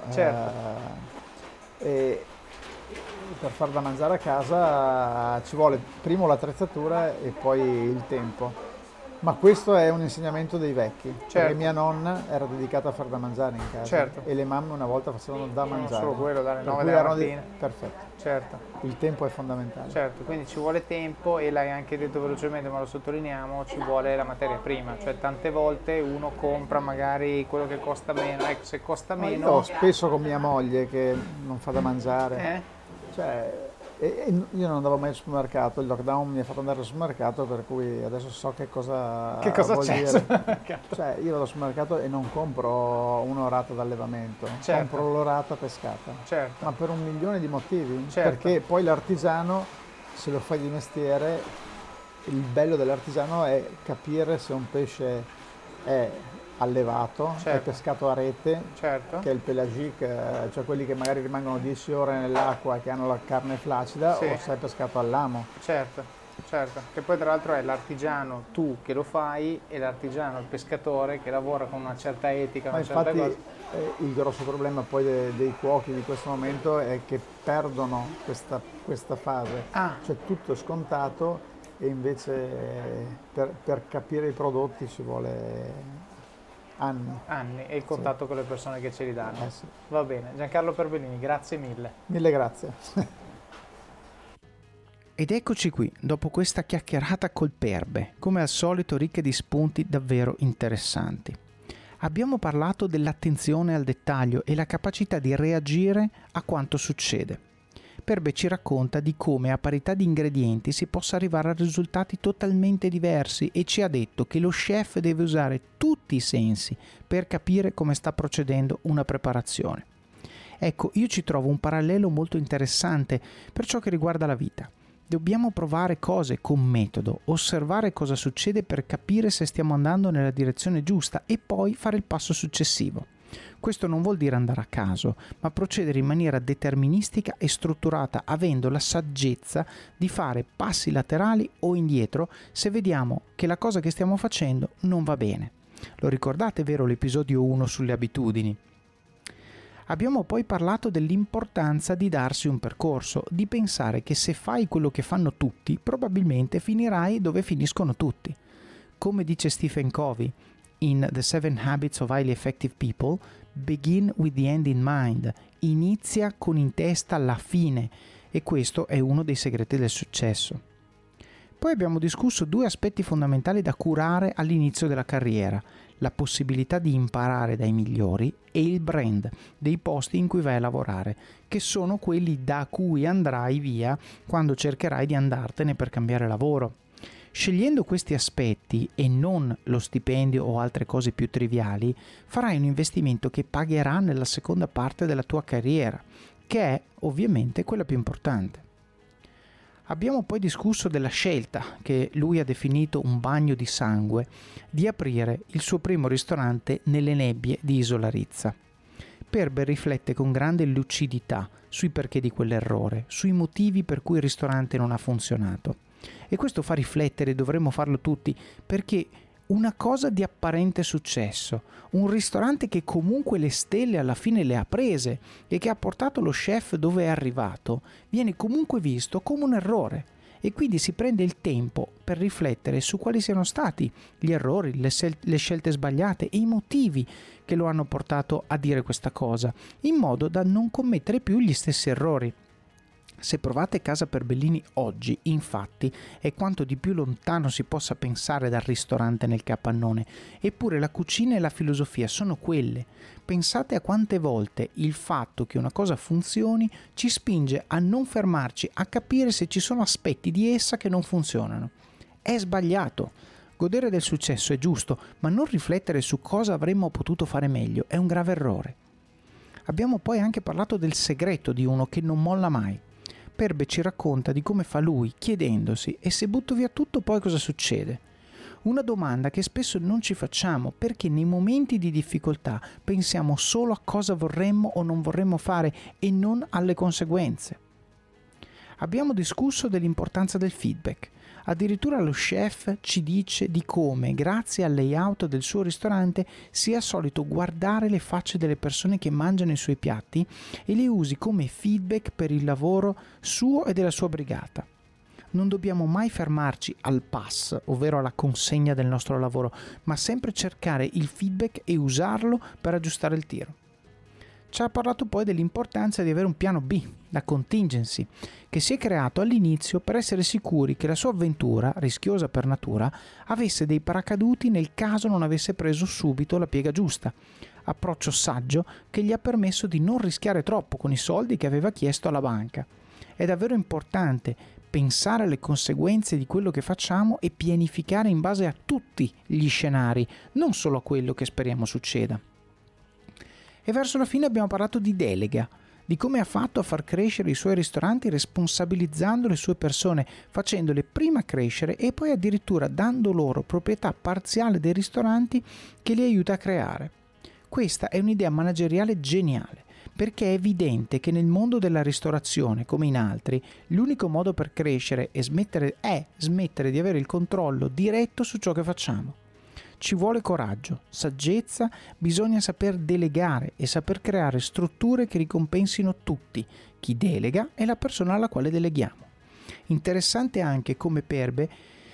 per far da mangiare a casa ci vuole prima l'attrezzatura e poi il tempo. Ma questo è un insegnamento dei vecchi, perché mia nonna era dedicata a far da mangiare in casa e le mamme una volta facevano da mangiare. Non solo quello, dalle 9 della mattina. Perfetto. Il tempo è fondamentale. Quindi ci vuole tempo e l'hai anche detto velocemente, ma lo sottolineiamo, ci vuole la materia prima, cioè tante volte uno compra magari quello che costa meno, se costa meno... Io spesso con mia moglie che non fa da mangiare, io non andavo mai al supermercato, il lockdown mi ha fatto andare al supermercato, per cui adesso so che cosa vuol c'è dire. Cioè io vado al supermercato e non compro un'orata d'allevamento, compro l'orata pescata, ma per 1.000.000 di motivi, perché poi l'artigiano, se lo fai di mestiere, il bello dell'artigiano è capire se un pesce è allevato, è pescato a rete, che è il pelagique, cioè quelli che magari rimangono 10 ore nell'acqua e che hanno la carne flaccida, o se è pescato all'amo. Certo, che poi tra l'altro è l'artigiano tu che lo fai e l'artigiano, il pescatore che lavora con una certa etica, Ma una certa cosa. Il grosso problema poi dei cuochi di questo momento è che perdono questa fase, cioè tutto è scontato e invece per capire i prodotti ci vuole anni e il contatto con le persone che ce li danno. Sì. Va bene, Giancarlo Perbellini, grazie mille. Mille grazie. Ed eccoci qui, dopo questa chiacchierata col Perbe, come al solito ricche di spunti davvero interessanti. Abbiamo parlato dell'attenzione al dettaglio e la capacità di reagire a quanto succede. Perbe ci racconta di come a parità di ingredienti si possa arrivare a risultati totalmente diversi e ci ha detto che lo chef deve usare tutti i sensi per capire come sta procedendo una preparazione. Ecco, io ci trovo un parallelo molto interessante per ciò che riguarda la vita. Dobbiamo provare cose con metodo, osservare cosa succede per capire se stiamo andando nella direzione giusta e poi fare il passo successivo. Questo non vuol dire andare a caso, ma procedere in maniera deterministica e strutturata, avendo la saggezza di fare passi laterali o indietro se vediamo che la cosa che stiamo facendo non va bene. Lo ricordate, vero, l'episodio 1 sulle abitudini? Abbiamo poi parlato dell'importanza di darsi un percorso, di pensare che se fai quello che fanno tutti, probabilmente finirai dove finiscono tutti. Come dice Stephen Covey in The 7 Habits of Highly Effective People, begin with the end in mind, inizia con in testa la fine, e questo è uno dei segreti del successo. Poi abbiamo discusso 2 aspetti fondamentali da curare all'inizio della carriera: la possibilità di imparare dai migliori e il brand dei posti in cui vai a lavorare, che sono quelli da cui andrai via quando cercherai di andartene per cambiare lavoro. Scegliendo questi aspetti e non lo stipendio o altre cose più triviali, farai un investimento che pagherà nella seconda parte della tua carriera, che è ovviamente quella più importante. Abbiamo poi discusso della scelta, che lui ha definito un bagno di sangue, di aprire il suo primo ristorante nelle nebbie di Isola Rizza. Perbe riflette con grande lucidità sui perché di quell'errore, sui motivi per cui il ristorante non ha funzionato. E questo fa riflettere, dovremmo farlo tutti, perché una cosa di apparente successo, un ristorante che comunque le stelle alla fine le ha prese e che ha portato lo chef dove è arrivato, viene comunque visto come un errore, e quindi si prende il tempo per riflettere su quali siano stati gli errori, le scelte sbagliate e i motivi che lo hanno portato a dire questa cosa, in modo da non commettere più gli stessi errori. Se provate Casa Perbellini oggi, infatti, è quanto di più lontano si possa pensare dal ristorante nel capannone, eppure la cucina e la filosofia sono quelle. Pensate a quante volte il fatto che una cosa funzioni ci spinge a non fermarci, a capire se ci sono aspetti di essa che non funzionano. È sbagliato. Godere del successo è giusto, ma non riflettere su cosa avremmo potuto fare meglio è un grave errore. Abbiamo poi anche parlato del segreto di uno che non molla mai. Perbe ci racconta di come fa lui, chiedendosi: e se butto via tutto poi cosa succede? Una domanda che spesso non ci facciamo, perché nei momenti di difficoltà pensiamo solo a cosa vorremmo o non vorremmo fare e non alle conseguenze. Abbiamo discusso dell'importanza del feedback. Addirittura lo chef ci dice di come, grazie al layout del suo ristorante, sia solito guardare le facce delle persone che mangiano i suoi piatti e le usi come feedback per il lavoro suo e della sua brigata. Non dobbiamo mai fermarci al pass, ovvero alla consegna del nostro lavoro, ma sempre cercare il feedback e usarlo per aggiustare il tiro. Ci ha parlato poi dell'importanza di avere un piano B, la contingency, che si è creato all'inizio per essere sicuri che la sua avventura, rischiosa per natura, avesse dei paracaduti nel caso non avesse preso subito la piega giusta. Approccio saggio che gli ha permesso di non rischiare troppo con i soldi che aveva chiesto alla banca. È davvero importante pensare alle conseguenze di quello che facciamo e pianificare in base a tutti gli scenari, non solo a quello che speriamo succeda. E verso la fine abbiamo parlato di delega di come ha fatto a far crescere i suoi ristoranti responsabilizzando le sue persone, facendole prima crescere e poi addirittura dando loro proprietà parziale dei ristoranti che li aiuta a creare. Questa è un'idea manageriale geniale, perché è evidente che nel mondo della ristorazione, come in altri, l'unico modo per crescere è smettere di avere il controllo diretto su ciò che facciamo. Ci vuole coraggio, saggezza, bisogna saper delegare e saper creare strutture che ricompensino tutti. Chi delega è la persona alla quale deleghiamo. Interessante anche come Perbe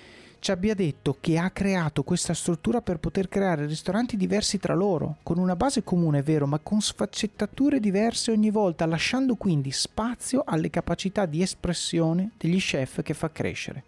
ci abbia detto che ha creato questa struttura per poter creare ristoranti diversi tra loro, con una base comune, è vero, ma con sfaccettature diverse ogni volta, lasciando quindi spazio alle capacità di espressione degli chef che fa crescere.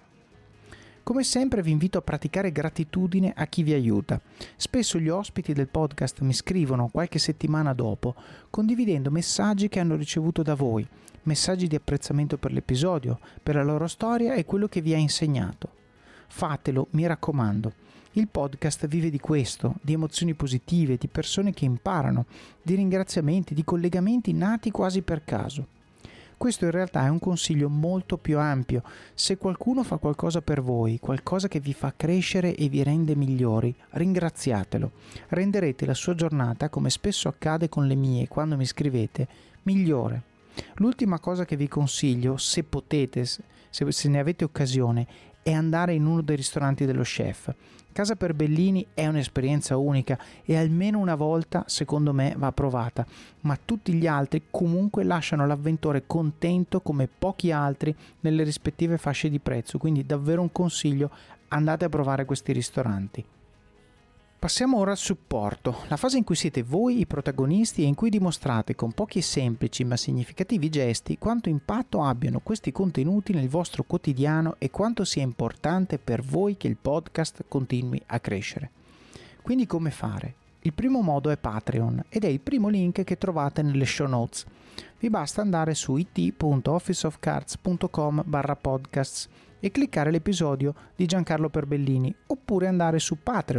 Come sempre vi invito a praticare gratitudine a chi vi aiuta. Spesso gli ospiti del podcast mi scrivono qualche settimana dopo, condividendo messaggi che hanno ricevuto da voi, messaggi di apprezzamento per l'episodio, per la loro storia e quello che vi ha insegnato. Fatelo, mi raccomando. Il podcast vive di questo, di emozioni positive, di persone che imparano, di ringraziamenti, di collegamenti nati quasi per caso. Questo in realtà è un consiglio molto più ampio. Se qualcuno fa qualcosa per voi, qualcosa che vi fa crescere e vi rende migliori, ringraziatelo. Renderete la sua giornata, come spesso accade con le mie quando mi scrivete, migliore. L'ultima cosa che vi consiglio, se potete, se ne avete occasione, è andare in uno dei ristoranti dello chef. Casa Perbellini è un'esperienza unica e almeno una volta, secondo me, va provata, ma tutti gli altri comunque lasciano l'avventore contento come pochi altri nelle rispettive fasce di prezzo, quindi davvero un consiglio, andate a provare questi ristoranti. Passiamo ora al supporto, la fase in cui siete voi i protagonisti e in cui dimostrate con pochi e semplici ma significativi gesti quanto impatto abbiano questi contenuti nel vostro quotidiano e quanto sia importante per voi che il podcast continui a crescere. Quindi come fare? Il primo modo è Patreon ed è il primo link che trovate nelle show notes. Vi basta andare su it.officeofcards.com/podcasts e cliccare l'episodio di Giancarlo Perbellini oppure andare su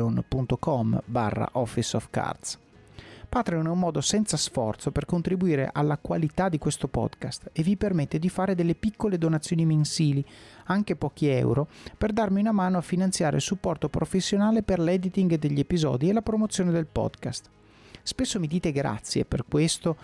patreon.com/officeofcards. Patreon è un modo senza sforzo per contribuire alla qualità di questo podcast e vi permette di fare delle piccole donazioni mensili, anche pochi euro, per darmi una mano a finanziare il supporto professionale per l'editing degli episodi e la promozione del podcast. Spesso mi dite grazie per questo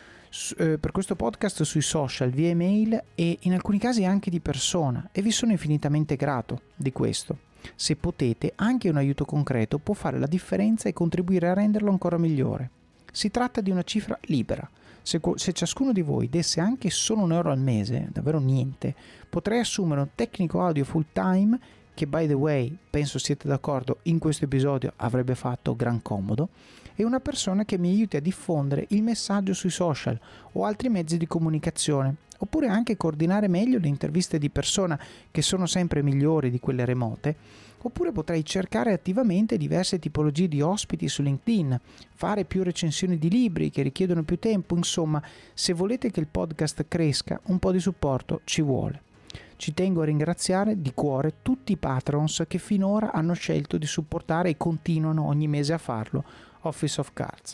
podcast sui social, via email e in alcuni casi anche di persona, e vi sono infinitamente grato di questo. Se potete, anche un aiuto concreto può fare la differenza e contribuire a renderlo ancora migliore. Si tratta di una cifra libera. Se ciascuno di voi desse anche solo €1 al mese, davvero niente, potrei assumere un tecnico audio full time che, by the way, penso siete d'accordo, in questo episodio avrebbe fatto gran comodo, e una persona che mi aiuti a diffondere il messaggio sui social o altri mezzi di comunicazione, oppure anche coordinare meglio le interviste di persona, che sono sempre migliori di quelle remote, oppure potrei cercare attivamente diverse tipologie di ospiti su LinkedIn, fare più recensioni di libri che richiedono più tempo. Insomma, se volete che il podcast cresca, un po' di supporto ci vuole. Ci tengo a ringraziare di cuore tutti i patrons che finora hanno scelto di supportare e continuano ogni mese a farlo Office of Cards.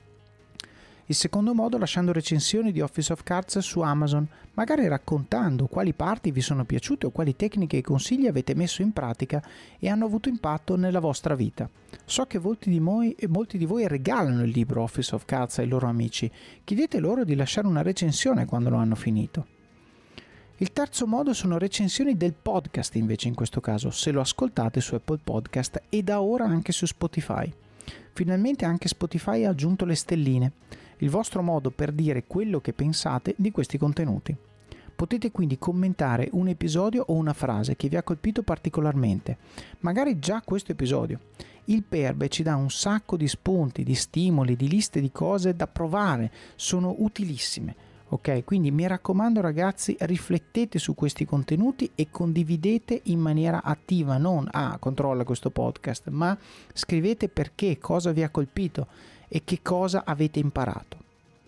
Il secondo modo, lasciando recensioni di Office of Cards su Amazon, magari raccontando quali parti vi sono piaciute o quali tecniche e consigli avete messo in pratica e hanno avuto impatto nella vostra vita. So che molti di voi regalano il libro Office of Cards ai loro amici. Chiedete loro di lasciare una recensione quando lo hanno finito. Il terzo modo sono recensioni del podcast, invece, in questo caso, se lo ascoltate su Apple Podcast e da ora anche su Spotify. Finalmente anche Spotify ha aggiunto le stelline, il vostro modo per dire quello che pensate di questi contenuti. Potete quindi commentare un episodio o una frase che vi ha colpito particolarmente, magari già questo episodio. Il Perbe ci dà un sacco di spunti, di stimoli, di liste di cose da provare, sono utilissime. Ok, quindi mi raccomando ragazzi, riflettete su questi contenuti e condividete in maniera attiva, non controlla questo podcast, ma scrivete perché, cosa vi ha colpito e che cosa avete imparato.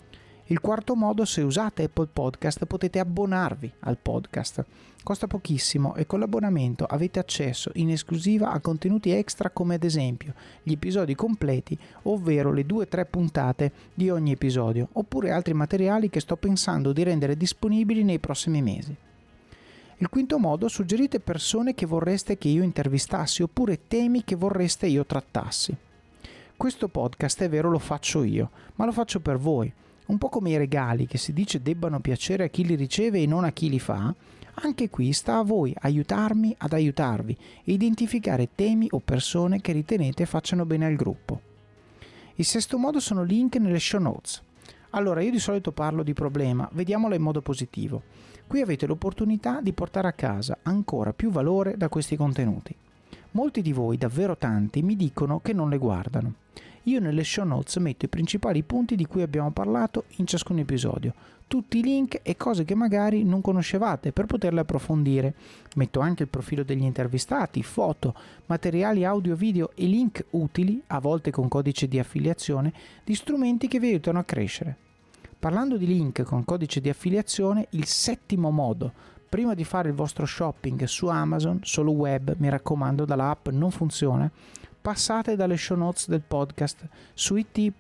Il quarto modo, se usate Apple Podcast, potete abbonarvi al podcast. Costa pochissimo e con l'abbonamento avete accesso in esclusiva a contenuti extra come ad esempio gli episodi completi, ovvero le 2-3 puntate di ogni episodio, oppure altri materiali che sto pensando di rendere disponibili nei prossimi mesi. Il quinto modo, suggerite persone che vorreste che io intervistassi oppure temi che vorreste io trattassi. Questo podcast, è vero, lo faccio io, ma lo faccio per voi. Un po' come i regali che si dice debbano piacere a chi li riceve e non a chi li fa, anche qui sta a voi aiutarmi ad aiutarvi e identificare temi o persone che ritenete facciano bene al gruppo. Il sesto modo sono link nelle show notes. Allora, io di solito parlo di problema, vediamolo in modo positivo. Qui avete l'opportunità di portare a casa ancora più valore da questi contenuti. Molti di voi, davvero tanti, mi dicono che non le guardano. Io nelle show notes metto i principali punti di cui abbiamo parlato in ciascun episodio, tutti i link e cose che magari non conoscevate per poterle approfondire. Metto anche il profilo degli intervistati, foto, materiali audio, video e link utili, a volte con codice di affiliazione, di strumenti che vi aiutano a crescere. Parlando di link con codice di affiliazione, il settimo modo, prima di fare il vostro shopping su Amazon, solo web, mi raccomando, dalla app non funziona, passate dalle show notes del podcast su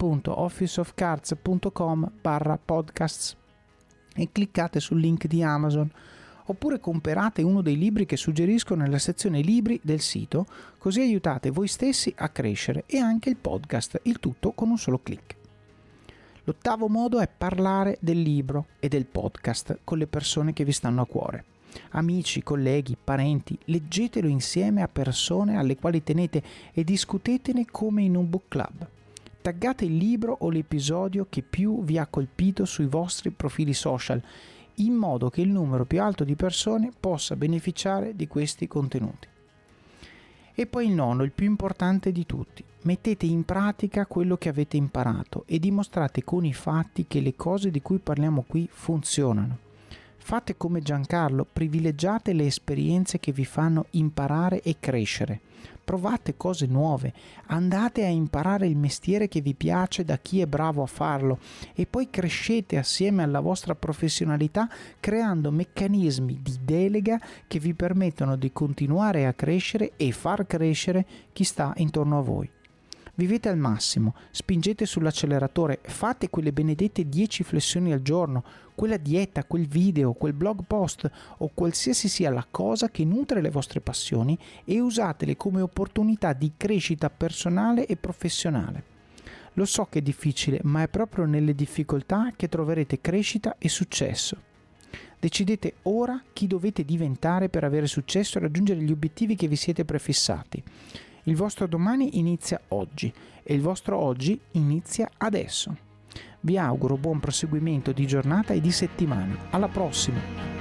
it.officeofcards.com/podcasts e cliccate sul link di Amazon, oppure comprate uno dei libri che suggerisco nella sezione libri del sito, così aiutate voi stessi a crescere e anche il podcast, il tutto con un solo click. L'ottavo modo è parlare del libro e del podcast con le persone che vi stanno a cuore. Amici, colleghi, parenti, leggetelo insieme a persone alle quali tenete e discutetene come in un book club. Taggate il libro o l'episodio che più vi ha colpito sui vostri profili social, in modo che il numero più alto di persone possa beneficiare di questi contenuti. E poi il nono, il più importante di tutti. Mettete in pratica quello che avete imparato e dimostrate con i fatti che le cose di cui parliamo qui funzionano. Fate come Giancarlo, privilegiate le esperienze che vi fanno imparare e crescere. Provate cose nuove, andate a imparare il mestiere che vi piace da chi è bravo a farlo e poi crescete assieme alla vostra professionalità creando meccanismi di delega che vi permettono di continuare a crescere e far crescere chi sta intorno a voi. Vivete al massimo, spingete sull'acceleratore, fate quelle benedette 10 flessioni al giorno, quella dieta, quel video, quel blog post o qualsiasi sia la cosa che nutre le vostre passioni e usatele come opportunità di crescita personale e professionale. Lo so che è difficile, ma è proprio nelle difficoltà che troverete crescita e successo. Decidete ora chi dovete diventare per avere successo e raggiungere gli obiettivi che vi siete prefissati. Il vostro domani inizia oggi e il vostro oggi inizia adesso. Vi auguro buon proseguimento di giornata e di settimana. Alla prossima!